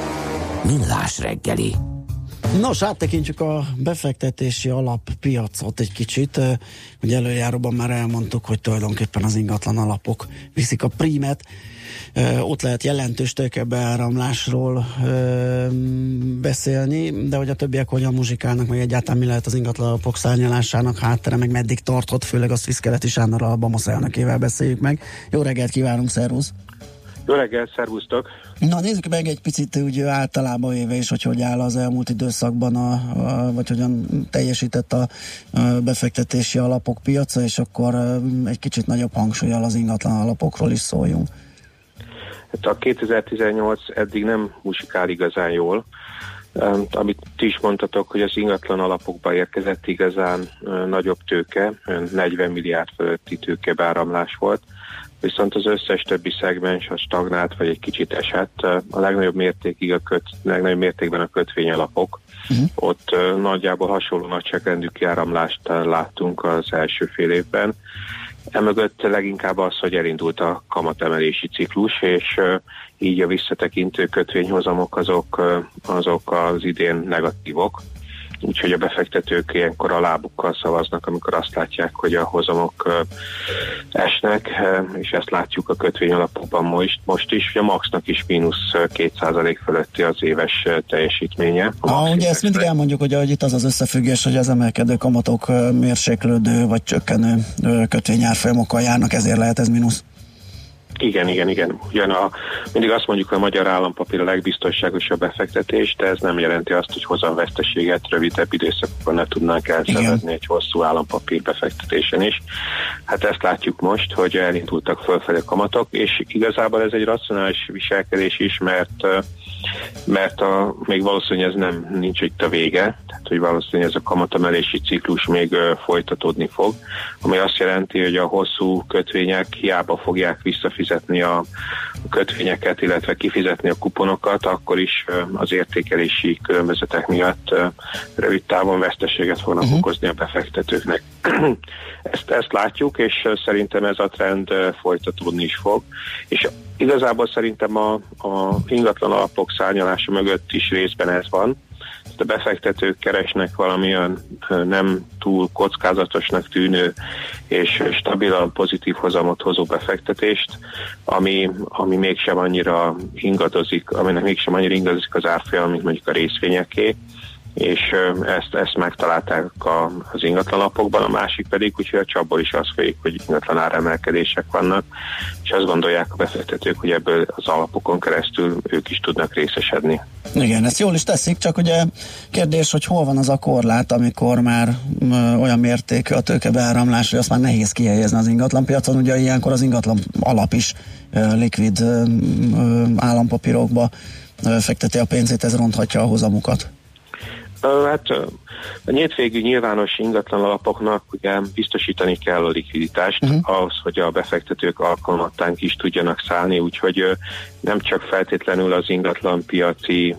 A: Millás reggeli.
D: Nos, áttekintjük a befektetési alappiacot egy kicsit. Ugye előjáróban már elmondtuk, hogy tulajdonképpen az ingatlan alapok viszik a prímet. Ott lehet jelentős tőkebeáramlásról beszélni, de hogy a többiek hogyan muzsikálnak, meg egyáltalán mi lehet az ingatlan alapok szárnyalásának háttere, meg meddig tarthat, főleg azt Viszkeleti Sándorral, a BAMOSZ elnökével beszéljük meg. Jó reggelt kívánunk, szervusz!
J: Jó reggelt, szervusztok!
D: Na nézzük meg egy picit úgy általában éve is, hogy áll az elmúlt időszakban, vagy hogyan teljesített a befektetési alapok piaca, és akkor egy kicsit nagyobb hangsúllyal az ingatlan alapokról is szóljunk.
J: Hát a 2018 eddig nem musikál igazán jól. Amit ti is mondtatok, hogy az ingatlan alapokba érkezett igazán nagyobb tőke, 40 milliárd fölötti tőkebeáramlás volt, viszont az összes többi szegmens a stagnált, vagy egy kicsit esett. A legnagyobb mértékben a kötvényalapok. Ott nagyjából hasonló nagyságrendű kiáramlást láttunk az első fél évben. Emögött leginkább az, hogy elindult a kamatemelési ciklus, és így a visszatekintő kötvényhozamok azok az idén negatívok. Úgyhogy a befektetők ilyenkor a lábukkal szavaznak, amikor azt látják, hogy a hozamok esnek, és ezt látjuk a kötvényalapokban most is. A Maxnak is mínusz 2% fölötti az éves teljesítménye.
D: Ugye ezt mindig elmondjuk, hogy itt az az összefüggés, hogy az emelkedő kamatok mérséklődő vagy csökkenő kötvényárfolyamokkal járnak, ezért lehet ez mínusz.
J: Igen. Mindig azt mondjuk, hogy a magyar állampapír a legbiztonságosabb befektetés, de ez nem jelenti azt, hogy hozamveszteséget rövidebb időszakban ne tudnánk elszenvedni egy hosszú állampapír befektetésen is. Hát ezt látjuk most, hogy elindultak fölfelé a kamatok, és igazából ez egy racionális viselkedés is, mert még valószínűleg ez nincs itt a vége, tehát hogy valószínűleg ez a kamatemelési ciklus még folytatódni fog, ami azt jelenti, hogy a hosszú kötvények hiába fogják visszafizetni a kötvényeket, illetve kifizetni a kuponokat, akkor is az értékelési különbözetek miatt rövid távon veszteséget fognak okozni a befektetőknek. Ezt látjuk, és szerintem ez a trend folytatódni is fog, és igazából szerintem a ingatlan alapok szárnyalása mögött is részben ez van. A befektetők keresnek valamilyen nem túl kockázatosnak tűnő és stabilan pozitív hozamot hozó befektetést, ami mégsem annyira ingadozik, aminek mégsem annyira ingadozik az árfolyam, mint mondjuk a részvényeké, és ezt megtalálták az ingatlanalapokban, a másik pedig, úgyhogy a csapból is az folyik, hogy ingatlan áremelkedések vannak, és azt gondolják a befektetők, hogy ebből az alapokon keresztül ők is tudnak részesedni.
D: Igen, ezt jól is teszik, csak ugye kérdés, hogy hol van az a korlát, amikor már olyan mértékű a tőkebeáramlás, hogy azt már nehéz kihelyezni az ingatlanpiacon, ugye ilyenkor az ingatlan alap is likvid állampapírokba fekteti a pénzét, ez ronthatja a hozamukat.
J: Hát a nyíltvégű nyilvános ingatlan alapoknak ugye biztosítani kell a likviditást ahhoz, hogy a befektetők alkalmattán is tudjanak szállni, úgyhogy nem csak feltétlenül az ingatlan piaci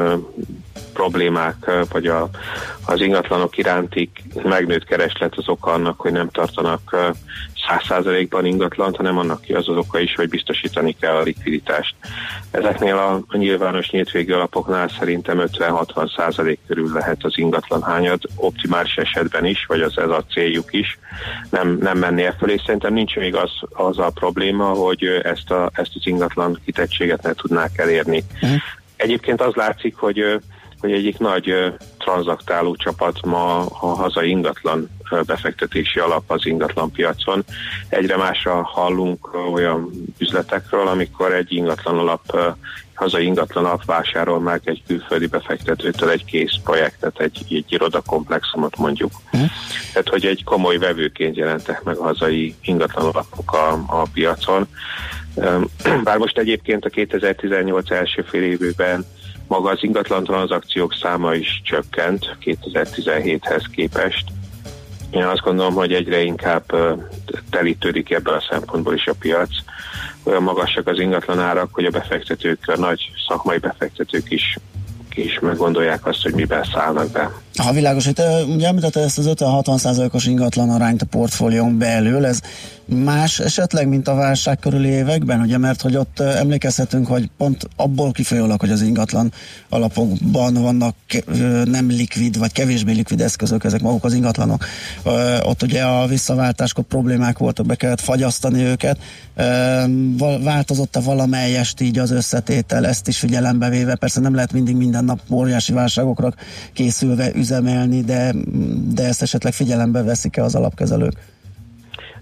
J: problémák, vagy az ingatlanok iránti megnőtt kereslet az oka annak, hogy nem tartanak 100%-ban ingatlant, hanem annak az oka is, hogy biztosítani kell a likviditást. Ezeknél a nyilvános nyíltvégű alapoknál szerintem 50-60% körül lehet az ingatlan hányad, optimális esetben is, vagy ez a céljuk is, nem menni e fölé. Szerintem nincs még az a probléma, hogy ezt az ingatlan kitettséget ne tudnák elérni. Egyébként az látszik, hogy egyik nagy tranzaktáló csapat ma a hazai ingatlan befektetési alap az ingatlan piacon. Egyre másra hallunk olyan üzletekről, amikor egy ingatlan alap, hazai ingatlan alap vásárol meg egy külföldi befektetőtől egy kész projektet, egy irodakomplexumot mondjuk. Tehát, hogy egy komoly vevőként jelentek meg a hazai ingatlan alapok a piacon. Bár most egyébként a 2018 első fél évben maga az ingatlan tranzakciók száma is csökkent 2017-hez képest. Én azt gondolom, hogy egyre inkább telítődik ebből a szempontból is a piac. Olyan magasak az ingatlan árak, hogy a befektetők, a nagy szakmai befektetők is meggondolják azt, hogy miben szállnak be.
D: Ha világos, hogy te ugye említette ezt az 50-60%-os ingatlan arányt a portfólión belül, ez más esetleg, mint a válság körüli években, ugye, mert hogy ott emlékezhetünk, hogy pont abból kifolyólag, hogy az ingatlan alapokban vannak nem likvid, vagy kevésbé likvid eszközök, ezek maguk az ingatlanok. Ott ugye a visszaváltáskor problémák voltak, be kellett fagyasztani őket. Változott-e valamelyest így az összetétel, ezt is figyelembe véve? Persze nem lehet mindig minden nap óriási válságokra készülve üzemelni, de ezt esetleg figyelembe veszik-e az alapkezelők?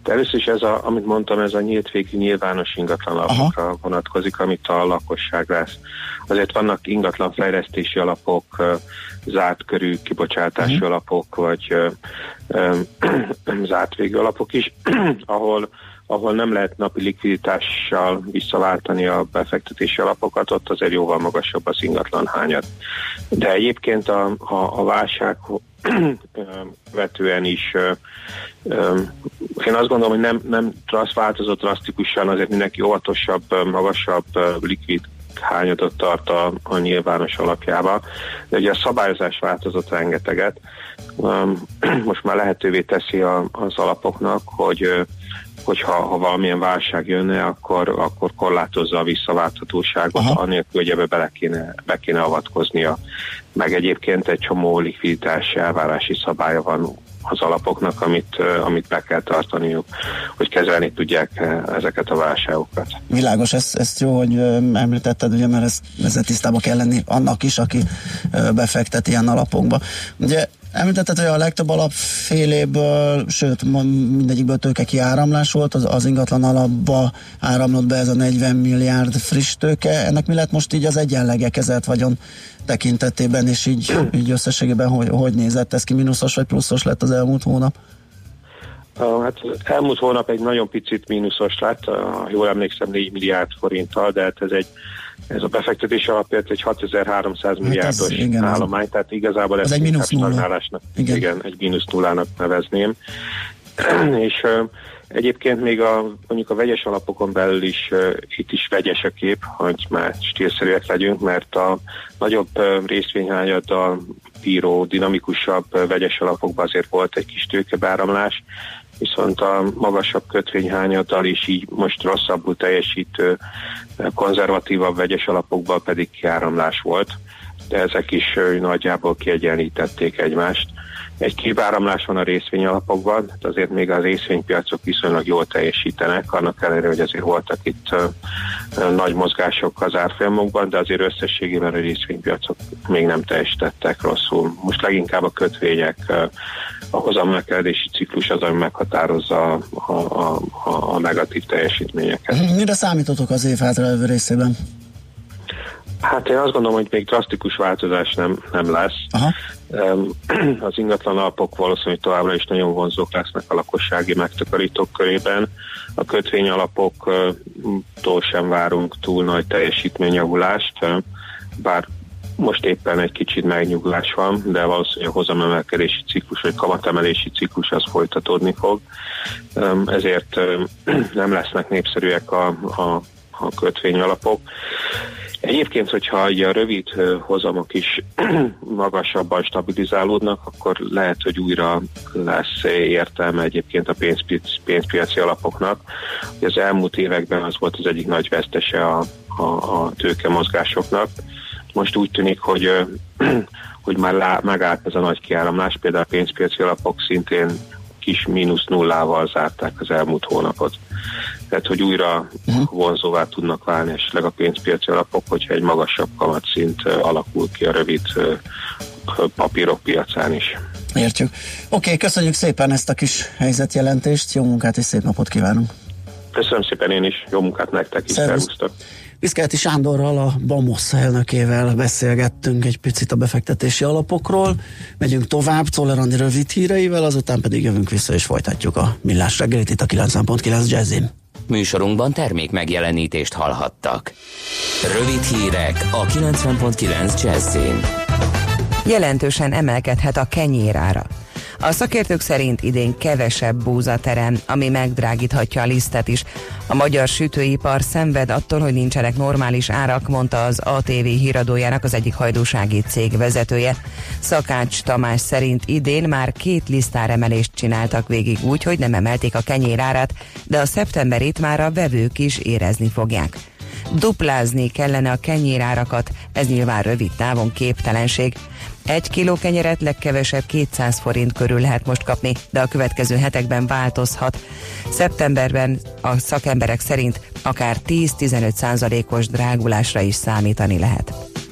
J: De először is amit mondtam, ez a nyílt végű nyilvános ingatlanalapokra vonatkozik, amit a lakosság lesz. Azért vannak ingatlanfejlesztési alapok, zárt körű kibocsátási alapok, vagy zárt végű alapok is, ahol nem lehet napi likviditással visszaváltani a befektetési alapokat, ott azért jóval magasabb az ingatlan hányad. De egyébként a válság vetően is én azt gondolom, hogy nem változott drasztikusan, azért mindenki óvatosabb, magasabb likvid hányadot tart a nyilvános alapjába, de ugye a szabályozás változott rengeteget. Most már lehetővé teszi az alapoknak, hogyha valamilyen válság jönne, akkor korlátozza a visszaválthatóságot, anélkül, hogy ebbe be kéne avatkoznia. Meg egyébként egy csomó likviditási elvárási szabálya van az alapoknak, amit be kell tartaniuk, hogy kezelni tudják ezeket a válságokat.
D: Világos, ezt jó, hogy említetted, ugye, mert ezzel tisztában kell lenni annak is, aki befektet ilyen alapokba. Ugye említetted, hogy a legtöbb alapféléből, sőt mindegyikből tőke kiáramlás volt, az ingatlan alapba áramlott be ez a 40 milliárd friss tőke. Ennek mi lett most így az egyenlege kezelt vagyon tekintetében, és így összességében hogy nézett ez ki, mínuszos vagy pluszos lett az elmúlt hónap?
J: Hát elmúlt hónap egy nagyon picit mínuszos lett, jól emlékszem 4 milliárd forinttal, de hát ez a befektetési alapért egy 6300 milliárdos állomány, tehát igazából ez egy mínusz stagnálásnak, igen, egy mínusz nullának nevezném. És egyébként még mondjuk a vegyes alapokon belül is itt is vegyes a kép, hogy már stílszerűek legyünk, mert a nagyobb részvényhányaddal bíró, dinamikusabb vegyes alapokban azért volt egy kis tőkebeáramlás, viszont a magasabb kötvényhányaddal is így most rosszabbul teljesítő, konzervatívabb vegyes alapokban pedig kiáramlás volt, de ezek is nagyjából kiegyenlítették egymást. Egy kiáramlás van a részvényalapokban, de azért még a részvénypiacok viszonylag jól teljesítenek, annak ellenére, hogy azért voltak itt nagy mozgások az árfolyamokban, de azért összességében a részvénypiacok még nem teljesítettek rosszul. Most leginkább a kötvények, a hozamemelkedési ciklus az, ami meghatározza a negatív teljesítményeket.
D: Mire számítotok az év hátralévő részében?
J: Hát én azt gondolom, hogy még drasztikus változás nem lesz. Az ingatlan alapok valószínűleg továbbra is nagyon vonzók lesznek a lakossági megtakarítók körében. A kötvény alapoktól sem várunk túl nagy teljesítményjavulást, bár most éppen egy kicsit megnyugulás van, de valószínűleg a hozamemelkedési ciklus vagy kamatemelési ciklus az folytatódni fog. Ezért nem lesznek népszerűek a kötvényalapok. Egyébként, hogyha a rövid hozamok is magasabban stabilizálódnak, akkor lehet, hogy újra lesz értelme egyébként a pénzpiaci alapoknak. Az elmúlt években az volt az egyik nagy vesztese a tőkemozgásoknak. Most úgy tűnik, hogy már megállt ez a nagy kiáramlás, például a pénzpiaci alapok szintén kis mínusz nullával zárták az elmúlt hónapot. Tehát, hogy újra vonzóvá tudnak válni esetleg a pénzpiaci alapok, hogyha egy magasabb kamatszint alakul ki a rövid papírok piacán is.
D: Értjük. Oké, köszönjük szépen ezt a kis helyzetjelentést, jó munkát és szép napot kívánunk!
J: Köszönöm szépen én is, jó munkát nektek is, szervusztok!
D: Viszkeleti Sándorral, a BAMOSZ elnökével beszélgettünk egy picit a befektetési alapokról. Megyünk tovább Czoller Andi rövid híreivel, azután pedig jövünk vissza és folytatjuk a Millás reggelit itt a 90.9 Jazzin.
A: Műsorunkban termék megjelenítést hallhattak. Rövid hírek a 90.9 Jazzin.
G: Jelentősen emelkedhet a kenyérára. A szakértők szerint idén kevesebb búza terem, ami megdrágíthatja a lisztet is. A magyar sütőipar szenved attól, hogy nincsenek normális árak, mondta az ATV híradójának az egyik hajdúsági cég vezetője. Szakács Tamás szerint idén már 2 lisztáremelést csináltak végig úgy, hogy nem emelték a kenyérárát, de a szeptemberét már a vevők is érezni fogják. Duplázni kellene a kenyérárakat, ez nyilván rövid távon képtelenség. 1 kiló kenyeret legkevesebb 200 forint körül lehet most kapni, de a következő hetekben változhat. Szeptemberben a szakemberek szerint akár 10-15%-os drágulásra is számítani lehet.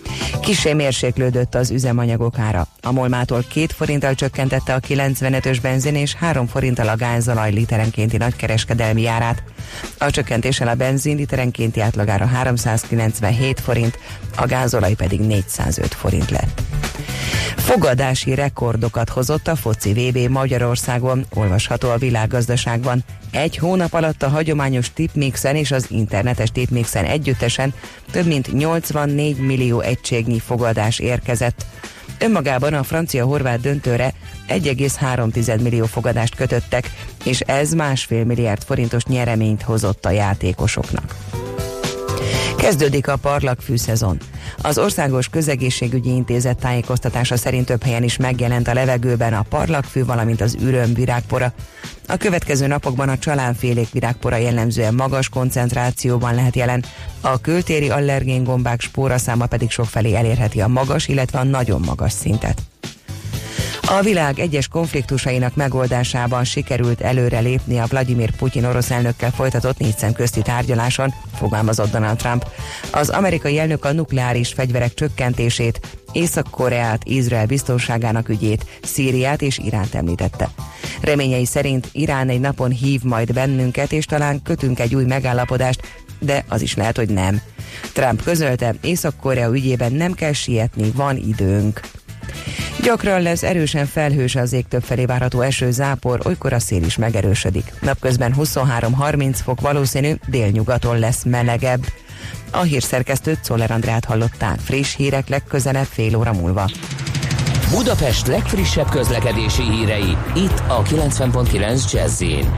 G: Kissé mérséklődött az üzemanyagok ára. A Molmától 2 forinttal csökkentette a 95-ös benzin és 3 forinttal a gázolaj literenkénti nagykereskedelmi árát. A csökkentéssel a benzin literenkénti átlagára 397 forint, a gázolaj pedig 405 forint lett. Fogadási rekordokat hozott a foci VB Magyarországon, olvasható a Világgazdaságban. 1 hónap alatt a hagyományos tipmixen és az internetes tipmixen együttesen több mint 84 millió egységnyi fogadás érkezett. Önmagában a francia-horvát döntőre 1,3 millió fogadást kötöttek, és ez 1,5 milliárd forintos nyereményt hozott a játékosoknak. Kezdődik a parlagfű szezon. Az Országos Közegészségügyi Intézet tájékoztatása szerint több helyen is megjelent a levegőben a parlagfű, valamint az üröm virágpora. A következő napokban a csalánfélék virágpora jellemzően magas koncentrációban lehet jelen, a kültéri allergéngombák spóraszáma pedig sokfelé elérheti a magas, illetve a nagyon magas szintet. A világ egyes konfliktusainak megoldásában sikerült előrelépni a Vladimir Putyin orosz elnökkel folytatott 4 szemközti tárgyaláson, fogalmazott Donald Trump. Az amerikai elnök a nukleáris fegyverek csökkentését, Észak-Koreát, Izrael biztonságának ügyét, Szíriát és Iránt említette. Reményei szerint Irán egy napon hív majd bennünket, és talán kötünk egy új megállapodást, de az is lehet, hogy nem. Trump közölte, Észak-Korea ügyében nem kell sietni, van időnk. Gyakran lesz erősen felhős az ég, többfelé várható eső, zápor, olykor a szél is megerősödik. Napközben 23-30 fok valószínű, délnyugaton lesz melegebb. A hírszerkesztőt, Czoller Andrát hallották. Friss hírek legközelebb fél óra múlva.
A: Budapest legfrissebb közlekedési hírei, itt a 90.9 Jazz-in.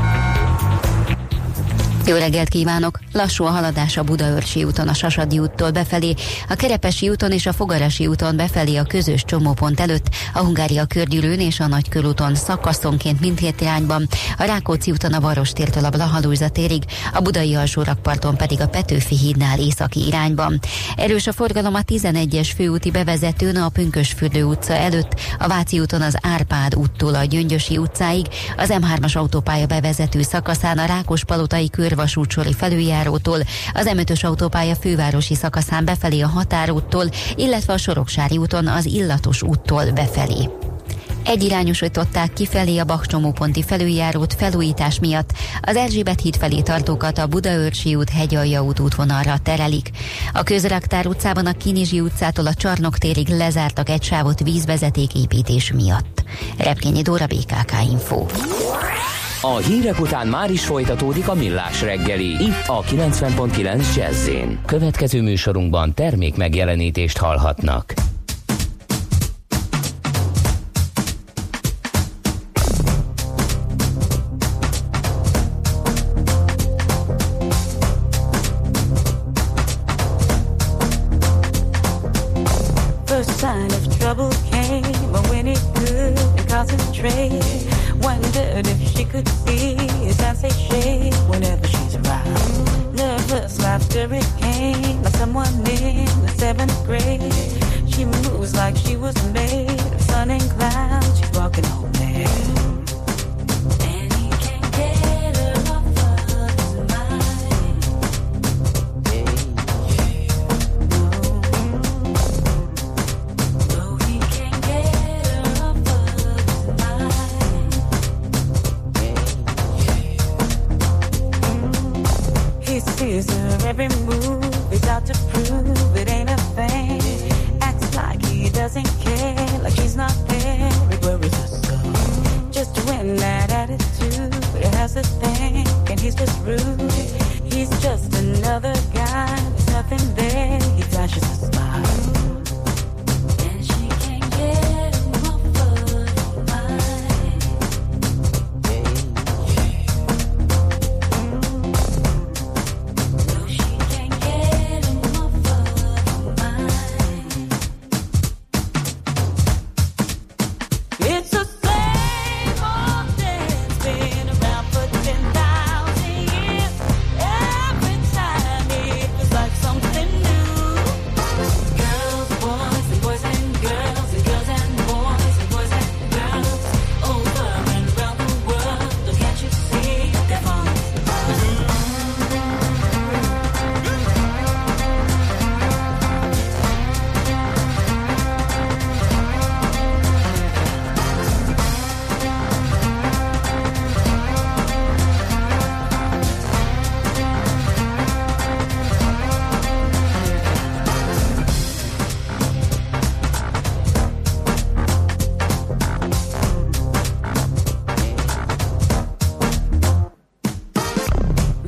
K: Jó reggelt kívánok! Lassú a haladás a Budaörsi úton a Sasadi úttól befelé, a Kerepesi úton és a Fogarasi úton befelé a közös csomópont előtt, a Hungária körgyűrűn és a Nagykörúton szakaszonként mindkét irányban, a Rákóczi úton a Varostértől a Blaha Lujza térig, a Budai alsórakparton pedig a Petőfi hídnál északi irányban. Erős a forgalom a 11-es főúti bevezetőn a Pünkösfürdő utca előtt, a Váci úton az Árpád úttól a Gyöngyösi utcáig, az M3-as autópálya bevezető szakaszán a Rákospalotai körvasútsori felüljárótól, az M5-ös autópálya fővárosi szakaszán befelé a Határúttól, illetve a Soroksári úton az Illatos úttól befelé. Egyirányosították kifelé a Bach csomóponti felüljárót felújítás miatt. Az Erzsébet híd felé tartókat a Budaörsi út Hegyalja út útvonalra terelik. A Közraktár utcában a Kinizsi utcától a Csarnok térig lezártak egy sávot vízvezetéképítés miatt. Repkényi Dóra, BKK Info.
A: A hírek után már is folytatódik a Millás reggeli, itt a 90.9 Jazz-in. Következő műsorunkban termék megjelenítést hallhatnak.
L: First sign of trouble came when it could concentrate. Wondered if she could see his hands they shake whenever she's around. Nervous laughter it came like someone in the 7th grade. She moves like she was made of sun and clouds. She's walking home there. And he can't get her off of his mind. No, he can't get her off of his mind. He sees her every move, he's out to prove it ain't a thing. Acts like he doesn't care, like she's not there. It worries her so. Just when that attitude has a thing, and he's just rude. He's just another guy, there's nothing there. He flashes a smile. And she can't get him off of her mind. No, she can't get him off of her mind. It's the same old dance, been around for 10,000 years. Every time it feels like something new.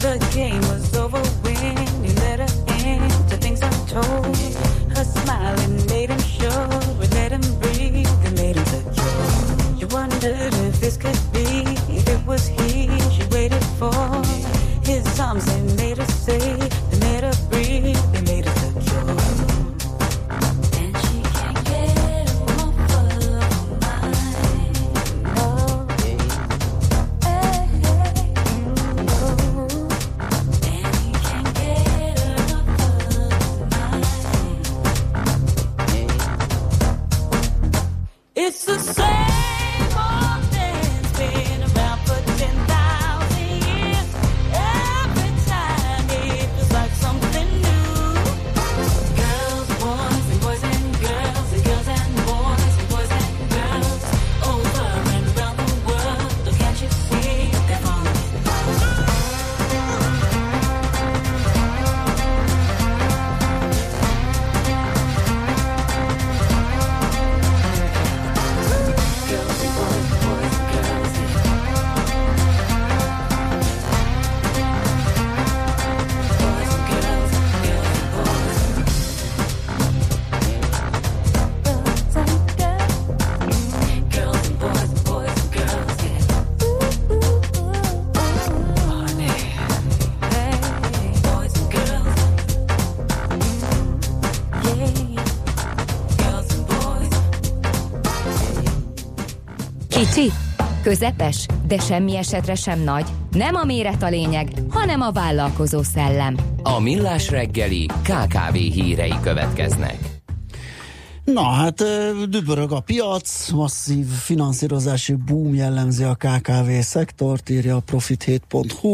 L: The game was over when he let her into things untold. Her smiling made him sure, we let him breathe and made him secure. She wondered if this could be, if it was he she waited for. His arms, they made her say, they made her breathe, they made her secure. And she can't get him off of her mind. Oh, hey, hey, oh. And he can't get her off of her mind. It's the same old dance, been around for 10,000 years. Every time it feels like something new. Girls, boys, and boys and girls, and girls and boys, and boys and girls, over and around the world. Oh, can't you see they're falling?
M: Kicsi, közepes, de semmi esetre sem nagy. Nem a méret a lényeg, hanem a vállalkozó szellem.
A: A Millás reggeli KKV hírei következnek.
D: Na hát dübörög a piac, masszív finanszírozási boom jellemzi a KKV szektort, írja a profit7.hu,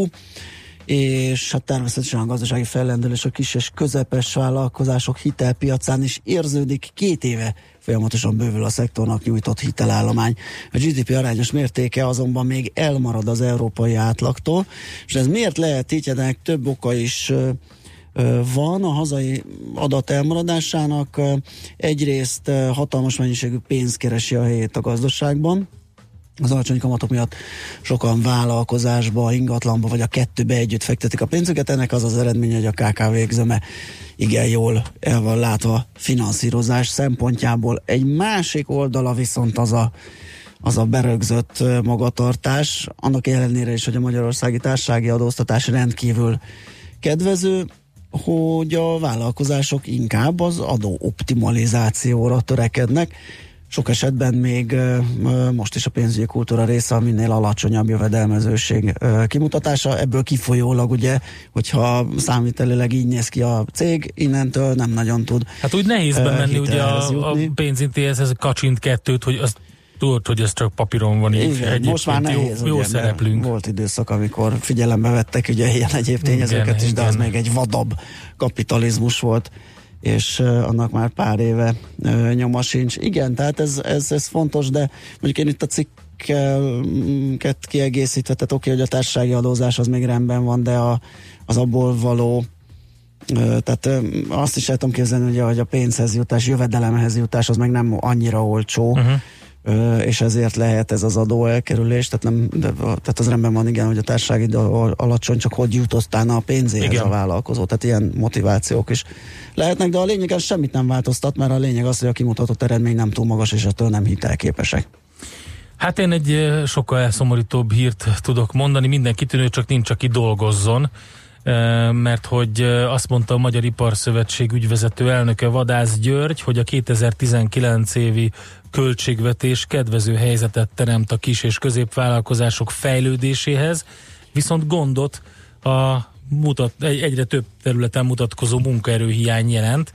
D: és hát természetesen a gazdasági fellendülés a kis és közepes vállalkozások hitelpiacán is érződik. 2 éve folyamatosan bővül a szektornak nyújtott hitelállomány. A GDP arányos mértéke azonban még elmarad az európai átlagtól, és ez miért lehet így? Ennek több oka is van a hazai adat elmaradásának. Egyrészt hatalmas mennyiségű pénz keresi a helyét a gazdaságban. Az alacsony kamatok miatt sokan vállalkozásba, ingatlanba vagy a kettőbe együtt fektetik a pénzüket. Ennek az az eredménye, hogy a KKV-k zöme igen jól el van látva finanszírozás szempontjából. Egy másik oldala viszont az a berögzött magatartás, annak ellenére is, hogy a magyarországi társasági adóztatás rendkívül kedvező, hogy a vállalkozások inkább az adóoptimalizációra törekednek. Sok esetben még most is a pénzügyi kultúra része a minél alacsonyabb jövedelmezőség kimutatása. Ebből kifolyólag ugye, hogyha számvitelileg így néz ki a cég, innentől nem nagyon tud.
E: Hát úgy nehéz bemenni ugye a pénzintézethez kacsint kettőt, hogy azt tudod, hogy ez csak papíron van így.
D: Igen, most már nehéz,
E: jó szereplünk.
D: Volt időszak, amikor figyelembe vettek ugye ilyen egyéb tényezőket is, de az még egy vadabb kapitalizmus volt, és annak már pár éve nyoma sincs. Igen, tehát ez fontos, de mondjuk én itt a cikket kiegészítve, tehát oké, hogy a társasági adózás az még rendben van, de az abból való, tehát azt is el tudom képzelni, ugye, hogy a pénzhez jutás, jövedelemhez jutás az meg nem annyira olcsó, és ezért lehet ez az adó elkerülés, tehát az rendben van, igen, hogy a társasági idő alacsony, csak hogy jut aztán a pénzéhez igen. A vállalkozó, tehát ilyen motivációk is lehetnek, de a lényegen semmit nem változtat, mert a lényeg az, hogy a kimutatott eredmény nem túl magas, és ettől nem hitelképesek.
E: Hát én egy sokkal elszomorítóbb hírt tudok mondani, minden kitűnő, csak nincs, aki dolgozzon, mert hogy azt mondta a Magyar Iparszövetség ügyvezető elnöke, Vadász György, hogy a 2019 évi költségvetés kedvező helyzetet teremt a kis- és középvállalkozások fejlődéséhez, viszont gondot egyre több területen mutatkozó munkaerőhiány jelent.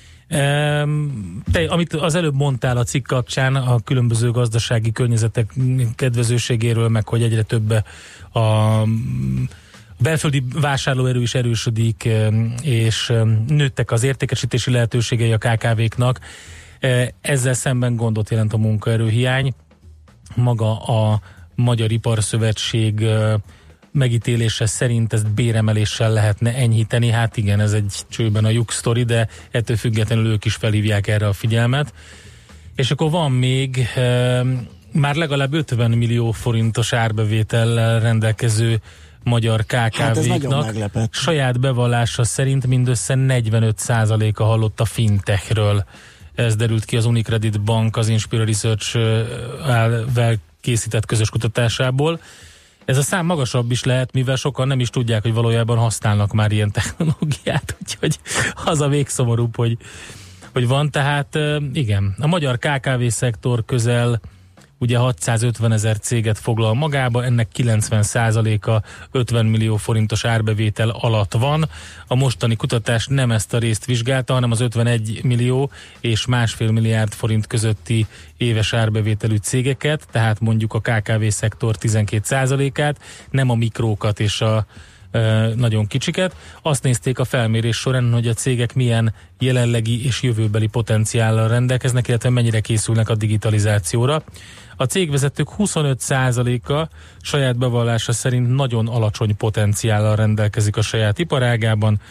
E: Amit az előbb mondtál a cikk kapcsán a különböző gazdasági környezetek kedvezőségéről, meg hogy egyre több a belföldi vásárlóerő is erősödik, és nőttek az értékesítési lehetőségei a KKV-knak. Ezzel szemben gondot jelent a munkaerőhiány. Maga a Magyar Iparszövetség megítélése szerint ezt béremeléssel lehetne enyhíteni. Hát igen, ez egy csőben a lyuk sztori, de ettől függetlenül ők is felhívják erre a figyelmet. És akkor van még már legalább 50 millió forintos árbevétellel rendelkező magyar
D: Hát ez nagyon
E: KKV-knak.
D: meglepett.
E: Saját bevallása szerint mindössze 45%-a hallott a fintechről. Ez derült ki az Unicredit Bank az Inspira Research-vel készített közös kutatásából. Ez a szám magasabb is lehet, mivel sokan nem is tudják, hogy valójában használnak már ilyen technológiát, úgyhogy az a végszomorúbb, hogy van. Tehát igen, a magyar KKV-szektor közel ugye 650 000 céget foglal magába, ennek 90%-a 50 millió forintos árbevétel alatt van. A mostani kutatás nem ezt a részt vizsgálta, hanem az 51 millió és 1,5 milliárd forint közötti éves árbevételű cégeket, tehát mondjuk a KKV-szektor 12%-át, nem a mikrókat és a nagyon kicsiket. Azt nézték a felmérés során, hogy a cégek milyen jelenlegi és jövőbeli potenciállal rendelkeznek, illetve mennyire készülnek a digitalizációra. A cégvezetők 25%-a saját bevallása szerint nagyon alacsony potenciállal rendelkezik a saját iparágában,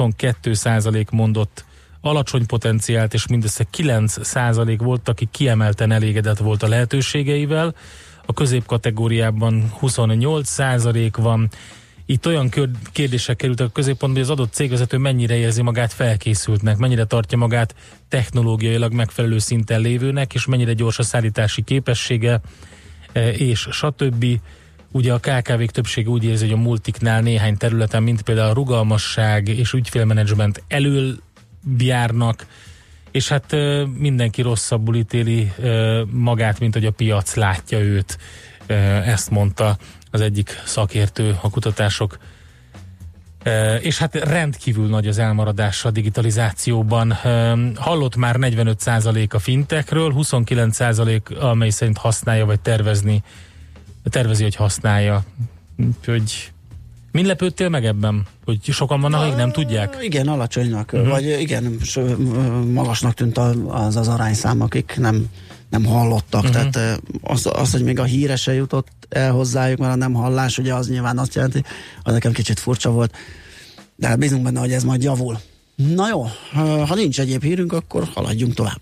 E: 22% mondott alacsony potenciált, és mindössze 9% volt, aki kiemelten elégedett volt a lehetőségeivel. A középkategóriában 28% van. Itt olyan kérdések kerültek a középpontba, hogy az adott cégvezető mennyire érzi magát felkészültnek, mennyire tartja magát technológiailag megfelelő szinten lévőnek, és mennyire gyors a szállítási képessége, és stb. Ugye a KKV-k többsége úgy érzi, hogy a multiknál néhány területen, mint például a rugalmasság és ügyfélmenedzsment elől járnak, és hát mindenki rosszabbul ítéli magát, mint hogy a piac látja őt. Ezt mondta az egyik szakértő a kutatások. És hát rendkívül nagy az elmaradás a digitalizációban. Hallott már 45% a fintechről, 29% amely szerint használja, vagy tervezi, hogy használja. Úgyhogy min lepődtél meg ebben? Hogy sokan vannak, akik nem tudják?
D: Igen, alacsonynak, vagy igen, magasnak tűnt az arányszám, akik nem hallottak. Tehát az, hogy még a híre se jutott el hozzájuk, mert a nem hallás, ugye az nyilván azt jelenti, az nekem kicsit furcsa volt. De hát bízunk benne, hogy ez majd javul. Na jó, ha nincs egyéb hírünk, akkor haladjunk tovább.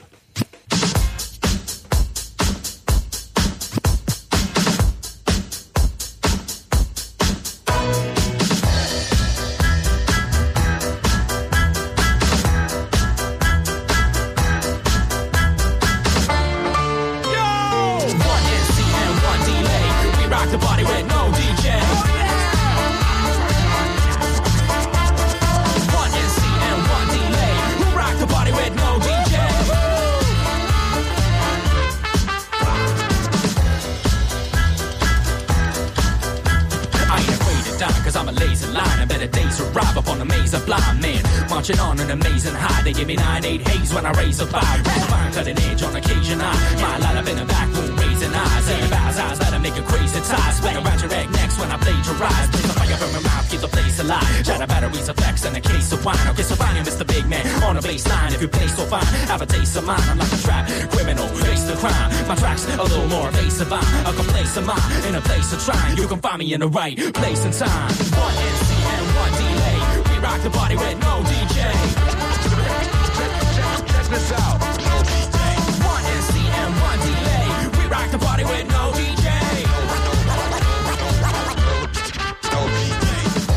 N: Marching on an amazing high. They give me 9-8 haze when I raise a bar. Fine cutting edge on occasion. My light up in the back room, raising eyes. Ain't bows eyes, let 'em make a crazy tie. Splat around your egg next when I plagiarize. Blaze the fire from my mouth, keep the place alive. Shatter batteries, effects, and a case of wine. I'll get so fine, Mr. Big Man on the baseline. If you play so fine, have a taste of mine. I'm like a trap criminal, face the crime. My tracks a little more evasive. I'm a complacent mind in a place of trying. You can find me in the right place and time. 1 NC and 1 delay. We rock the party with no DJ. Check this out. No DJ. 1 NC and 1 delay. We rock the party with no DJ. No DJ.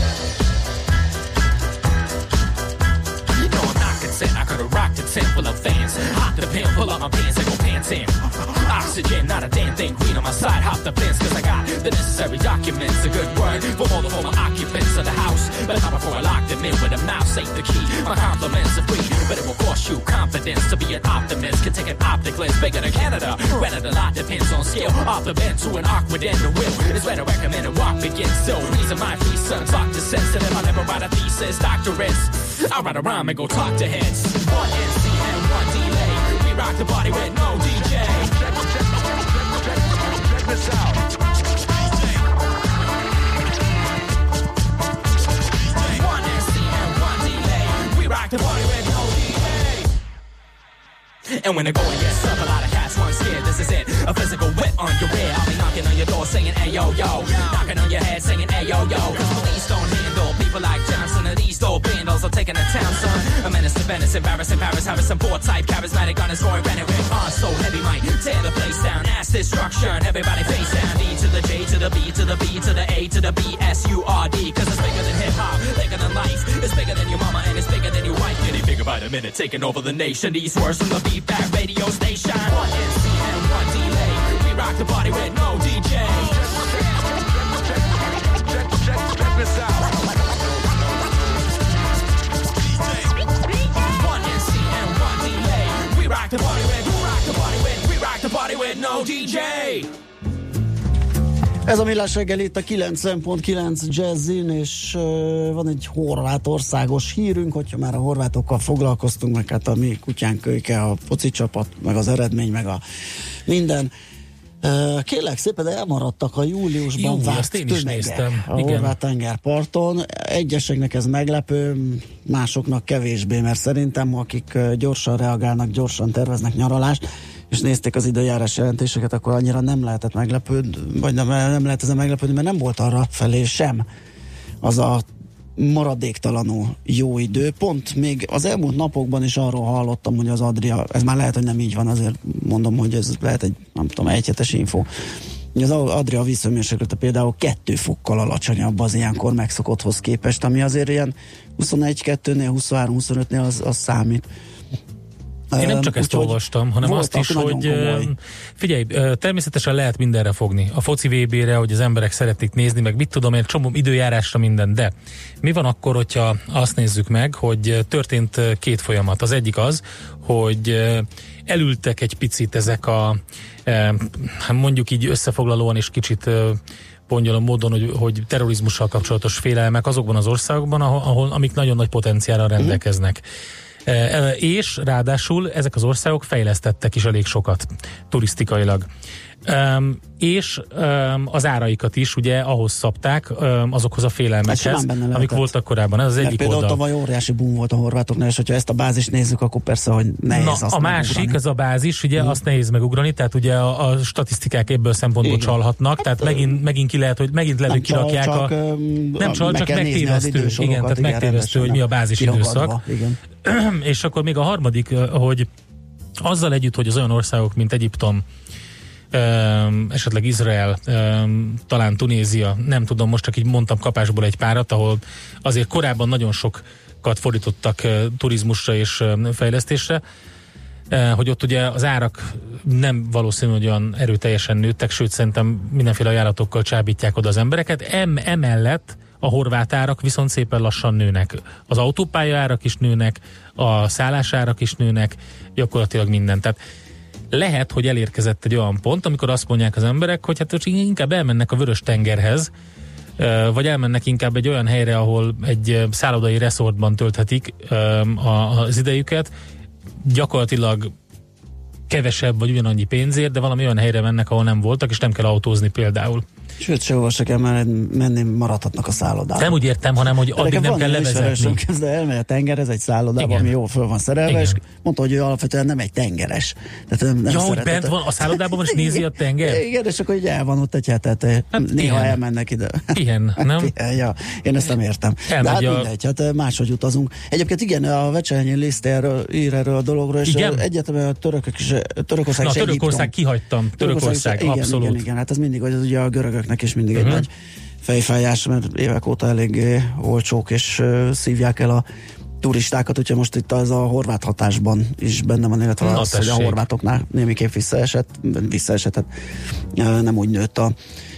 N: You know I'm not content. I could've rocked a tent full of fans. Hop the pin, pull up my pants and go pants in. Oxygen, not a damn thing. Green on my side, hop the fence, cause I got the necessary documents. A good word for all the former occupants of the house. But not before I lock them in with a mouse, ain't the key. My compliments are free, but it will cost you confidence. To be an optimist can take an optic lens bigger than Canada. Rented a lot depends on scale. Off the bend to an awkward end, the will is where to recommend a walk begins. So reason my free son talk to sense. And if I never write a thesis, doctorates, I'll write a rhyme and go talk to heads. 1 NC and 1 delay. We rock the party with no DJ. Check this out. 1 NC and 1 delay. We rock the party with no DJ. And when the going gets up, a lot of cats want scared. This is it, a physical whip on your rear. I'll be knocking on your door saying, hey yo yo. Knocking on your head saying, hey yo yo. Cause police don't handle people like Johnson and these dope bandles. girls are taking the town, son. A menace to Venice, embarrassing Paris, Harrison, board type, charismatic on his Roy Renner. So heavy, might tear the place down. Ass destruction, everybody face down. D to the J to the B to the B to the A to the B S U R D. Cause it's bigger than hip hop, bigger than life. It's bigger than your mama and it's bigger than your wife. Getting bigger by the minute, taking over the nation. These words from the beat back radio station. One NC and one delay. We rock the party with no DJ. Check this out. One NC and one delay. We rock the party with, we rock the party with, we rock the party with no DJ.
D: Ez a Millás reggel itt a 90.9 Jazzin, és van egy horvátországos hírünk, hogyha már a horvátokkal foglalkoztunk, meg hát a mi kutyánk kölyke, a foci csapat, meg az eredmény, meg a minden. Kérlek szépen, de elmaradtak a júliusban várt tömegek a horvát tengerparton. Egyeseknek ez meglepő, másoknak kevésbé, mert szerintem akik gyorsan reagálnak, gyorsan terveznek nyaralást, és nézték az időjárás jelentéseket, akkor annyira nem lehetett meglepődni, vagy nem lehet ezen meglepődni, mert nem volt arra felé sem az a maradéktalanul jó idő. Pont még az elmúlt napokban is arról hallottam, hogy az Adria, ez már lehet, hogy nem így van, azért mondom, hogy ez lehet egy, nem tudom, egyhetes info. Az Adria vízhőmérséklete például 2 fokkal alacsonyabb az ilyenkor megszokotthoz képest, ami azért ilyen 21-2-nél, 23-25-nél az számít.
E: Én nem csak ezt olvastam, hanem azt is, hogy figyelj, természetesen lehet mindenre fogni. A foci VB-re, hogy az emberek szeretik nézni, meg mit tudom én, csomó időjárásra minden, de mi van akkor, hogyha azt nézzük meg, hogy történt 2 folyamat. Az egyik az, hogy elültek egy picit ezek a mondjuk így összefoglalóan és kicsit pongyolom módon, hogy terrorizmussal kapcsolatos félelmek azokban az országokban, amik nagyon nagy potenciálra rendelkeznek. És ráadásul ezek az országok fejlesztettek is elég sokat turisztikailag. És az áraikat is ugye ahhoz szabták, azokhoz a félelmekhez, amik voltak korábban. Ez az egyik
D: például
E: oldal.
D: Tavaly óriási boom volt a horvátoknál, és hogyha ezt a bázist nézzük, akkor persze, hogy nehéz azt
E: a másik, megugrani. Ez a bázis, ugye azt nehéz megugrani, tehát ugye a statisztikák ebből szempontból csalhatnak, tehát megint ki lehet, hogy hogy kirakják nem csal, csak megtévesztő. Igen, tehát megtévesztő, hogy mi a bázis időszak. És akkor még a harmadik, hogy azzal együtt, hogy az olyan országok, mint Egyiptom, esetleg Izrael, talán Tunézia, nem tudom, most csak így mondtam kapásból egy párat, ahol azért korábban nagyon sokat fordítottak turizmusra és fejlesztésre, hogy ott ugye az árak nem valószínű, hogy olyan erőteljesen nőttek, sőt szerintem mindenféle ajánlatokkal csábítják oda az embereket. Emellett a horvát árak viszont szépen lassan nőnek. Az autópálya árak is nőnek, a szállásárak is nőnek, gyakorlatilag minden. Tehát lehet, hogy elérkezett egy olyan pont, amikor azt mondják az emberek, hogy hát inkább elmennek a Vörös-tengerhez, vagy elmennek inkább egy olyan helyre, ahol egy szállodai resortban tölthetik az idejüket, gyakorlatilag kevesebb vagy ugyanannyi pénzért, de valami olyan helyre mennek, ahol nem voltak, és nem kell autózni például.
D: Sőt, sehova se kell menni, maradhatnak a szállodában.
E: Nem úgy értem, hanem, hogy addig nem kell levezetni.
D: De elmegy a tenger, ez egy szállodában, ami jól föl van szerelve, igen. És mondta, hogy ő alapvetően nem egy tengeres. Nem
E: hogy bent van, a szállodában van, és nézi a tenger?
D: Igen, és akkor így el van ott egy hetet. Hát néha ilyen. Elmennek ide.
E: Ilyen, nem?
D: Ja, én ezt nem értem. De hát mindegy, hát máshogy utazunk. Egyébként igen, a Vecsehelyi Liszt ír erről a dologról, és egyetemben a Törökország
E: kihagytam. Törökország, abszolút.
D: Igen, hát ez mindig, hogy az ugye a görögöknek is mindig egy nagy fejfájás, mert évek óta elég olcsók, és szívják el a turistákat, úgyhogy most itt az a horvát hatásban is benne van, illetve az, hogy a horvátoknál némiképp visszaesett, nem úgy nőtt a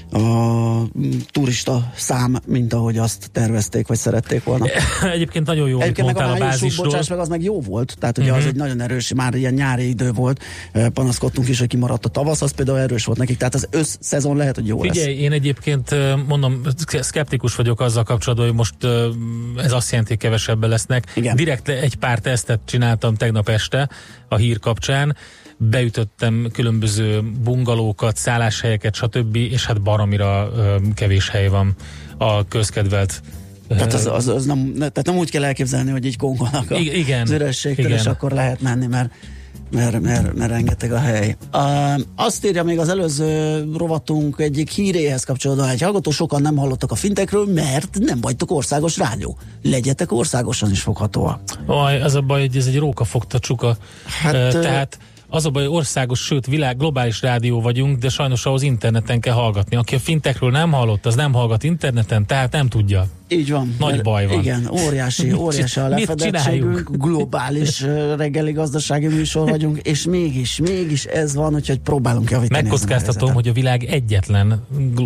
D: turista szám, mint ahogy azt tervezték, vagy szerették volna.
E: Egyébként nagyon jó, amit mondtál a bázisról.
D: Bocsáss meg, az meg jó volt, tehát ugye az egy nagyon erős, már ilyen nyári idő volt, panaszkodtunk is, hogy kimaradt a tavasz, az például erős volt nekik, tehát az összszezon lehet, hogy jó lesz.
E: Figyelj, én egyébként mondom, szkeptikus vagyok azzal kapcsolatban, hogy most ez azt jelenti, hogy kevesebben lesznek. Igen. Direkt egy pár tesztet csináltam tegnap este a hír kapcsán, beütöttem különböző bungalókat, szálláshelyeket, stb., és hát baromira kevés hely van a közkedvelt.
D: Tehát az nem, tehát nem úgy kell elképzelni, hogy így kongolnak az ürességtől, és akkor lehet menni, mert mert rengeteg a hely. Azt írja még az előző rovatunk egyik híréhez kapcsolódóan egy hallgató, sokan nem hallottak a fintekről, mert nem vagytok országos rádió. Legyetek országosan is foghatóak.
E: Az a baj, hogy ez egy rókafogta csuka. Tehát az a baj, országos, sőt globális rádió vagyunk, de sajnos ahhoz interneten kell hallgatni. Aki a fintekről nem hallott, az nem hallgat interneten, tehát nem tudja.
D: Így van.
E: Nagy baj van.
D: Igen, óriási a lefedettségünk, globális reggeli gazdasági műsor vagyunk, és mégis ez van, úgyhogy próbálunk javítani.
E: Megkockáztatom, hogy a világ egyetlen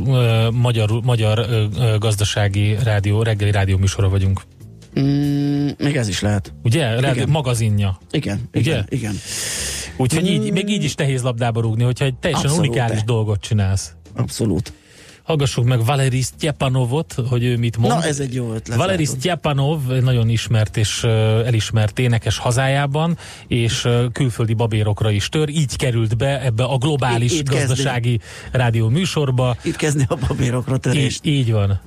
E: magyar gazdasági rádió, reggeli rádió műsora vagyunk.
D: Még ez is lehet.
E: Ugye? Rádió magazinja.
D: Igen.
E: Úgyhogy még így is nehéz labdába rúgni, hogyha egy teljesen unikális dolgot csinálsz.
D: Abszolút.
E: Hallgassuk meg Valeri Sztyepanovot, hogy ő mit mond.
D: Na, ez egy jó ötlet.
E: Valeri Sztyepanov nagyon ismert és elismert énekes hazájában, és külföldi babérokra is tör. Így került be ebbe a globális gazdasági rádió műsorba.
D: Itt kezdni a babérokra törést.
E: Így van.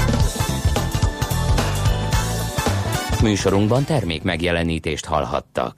A: Műsorunkban termék megjelenítést hallhattak.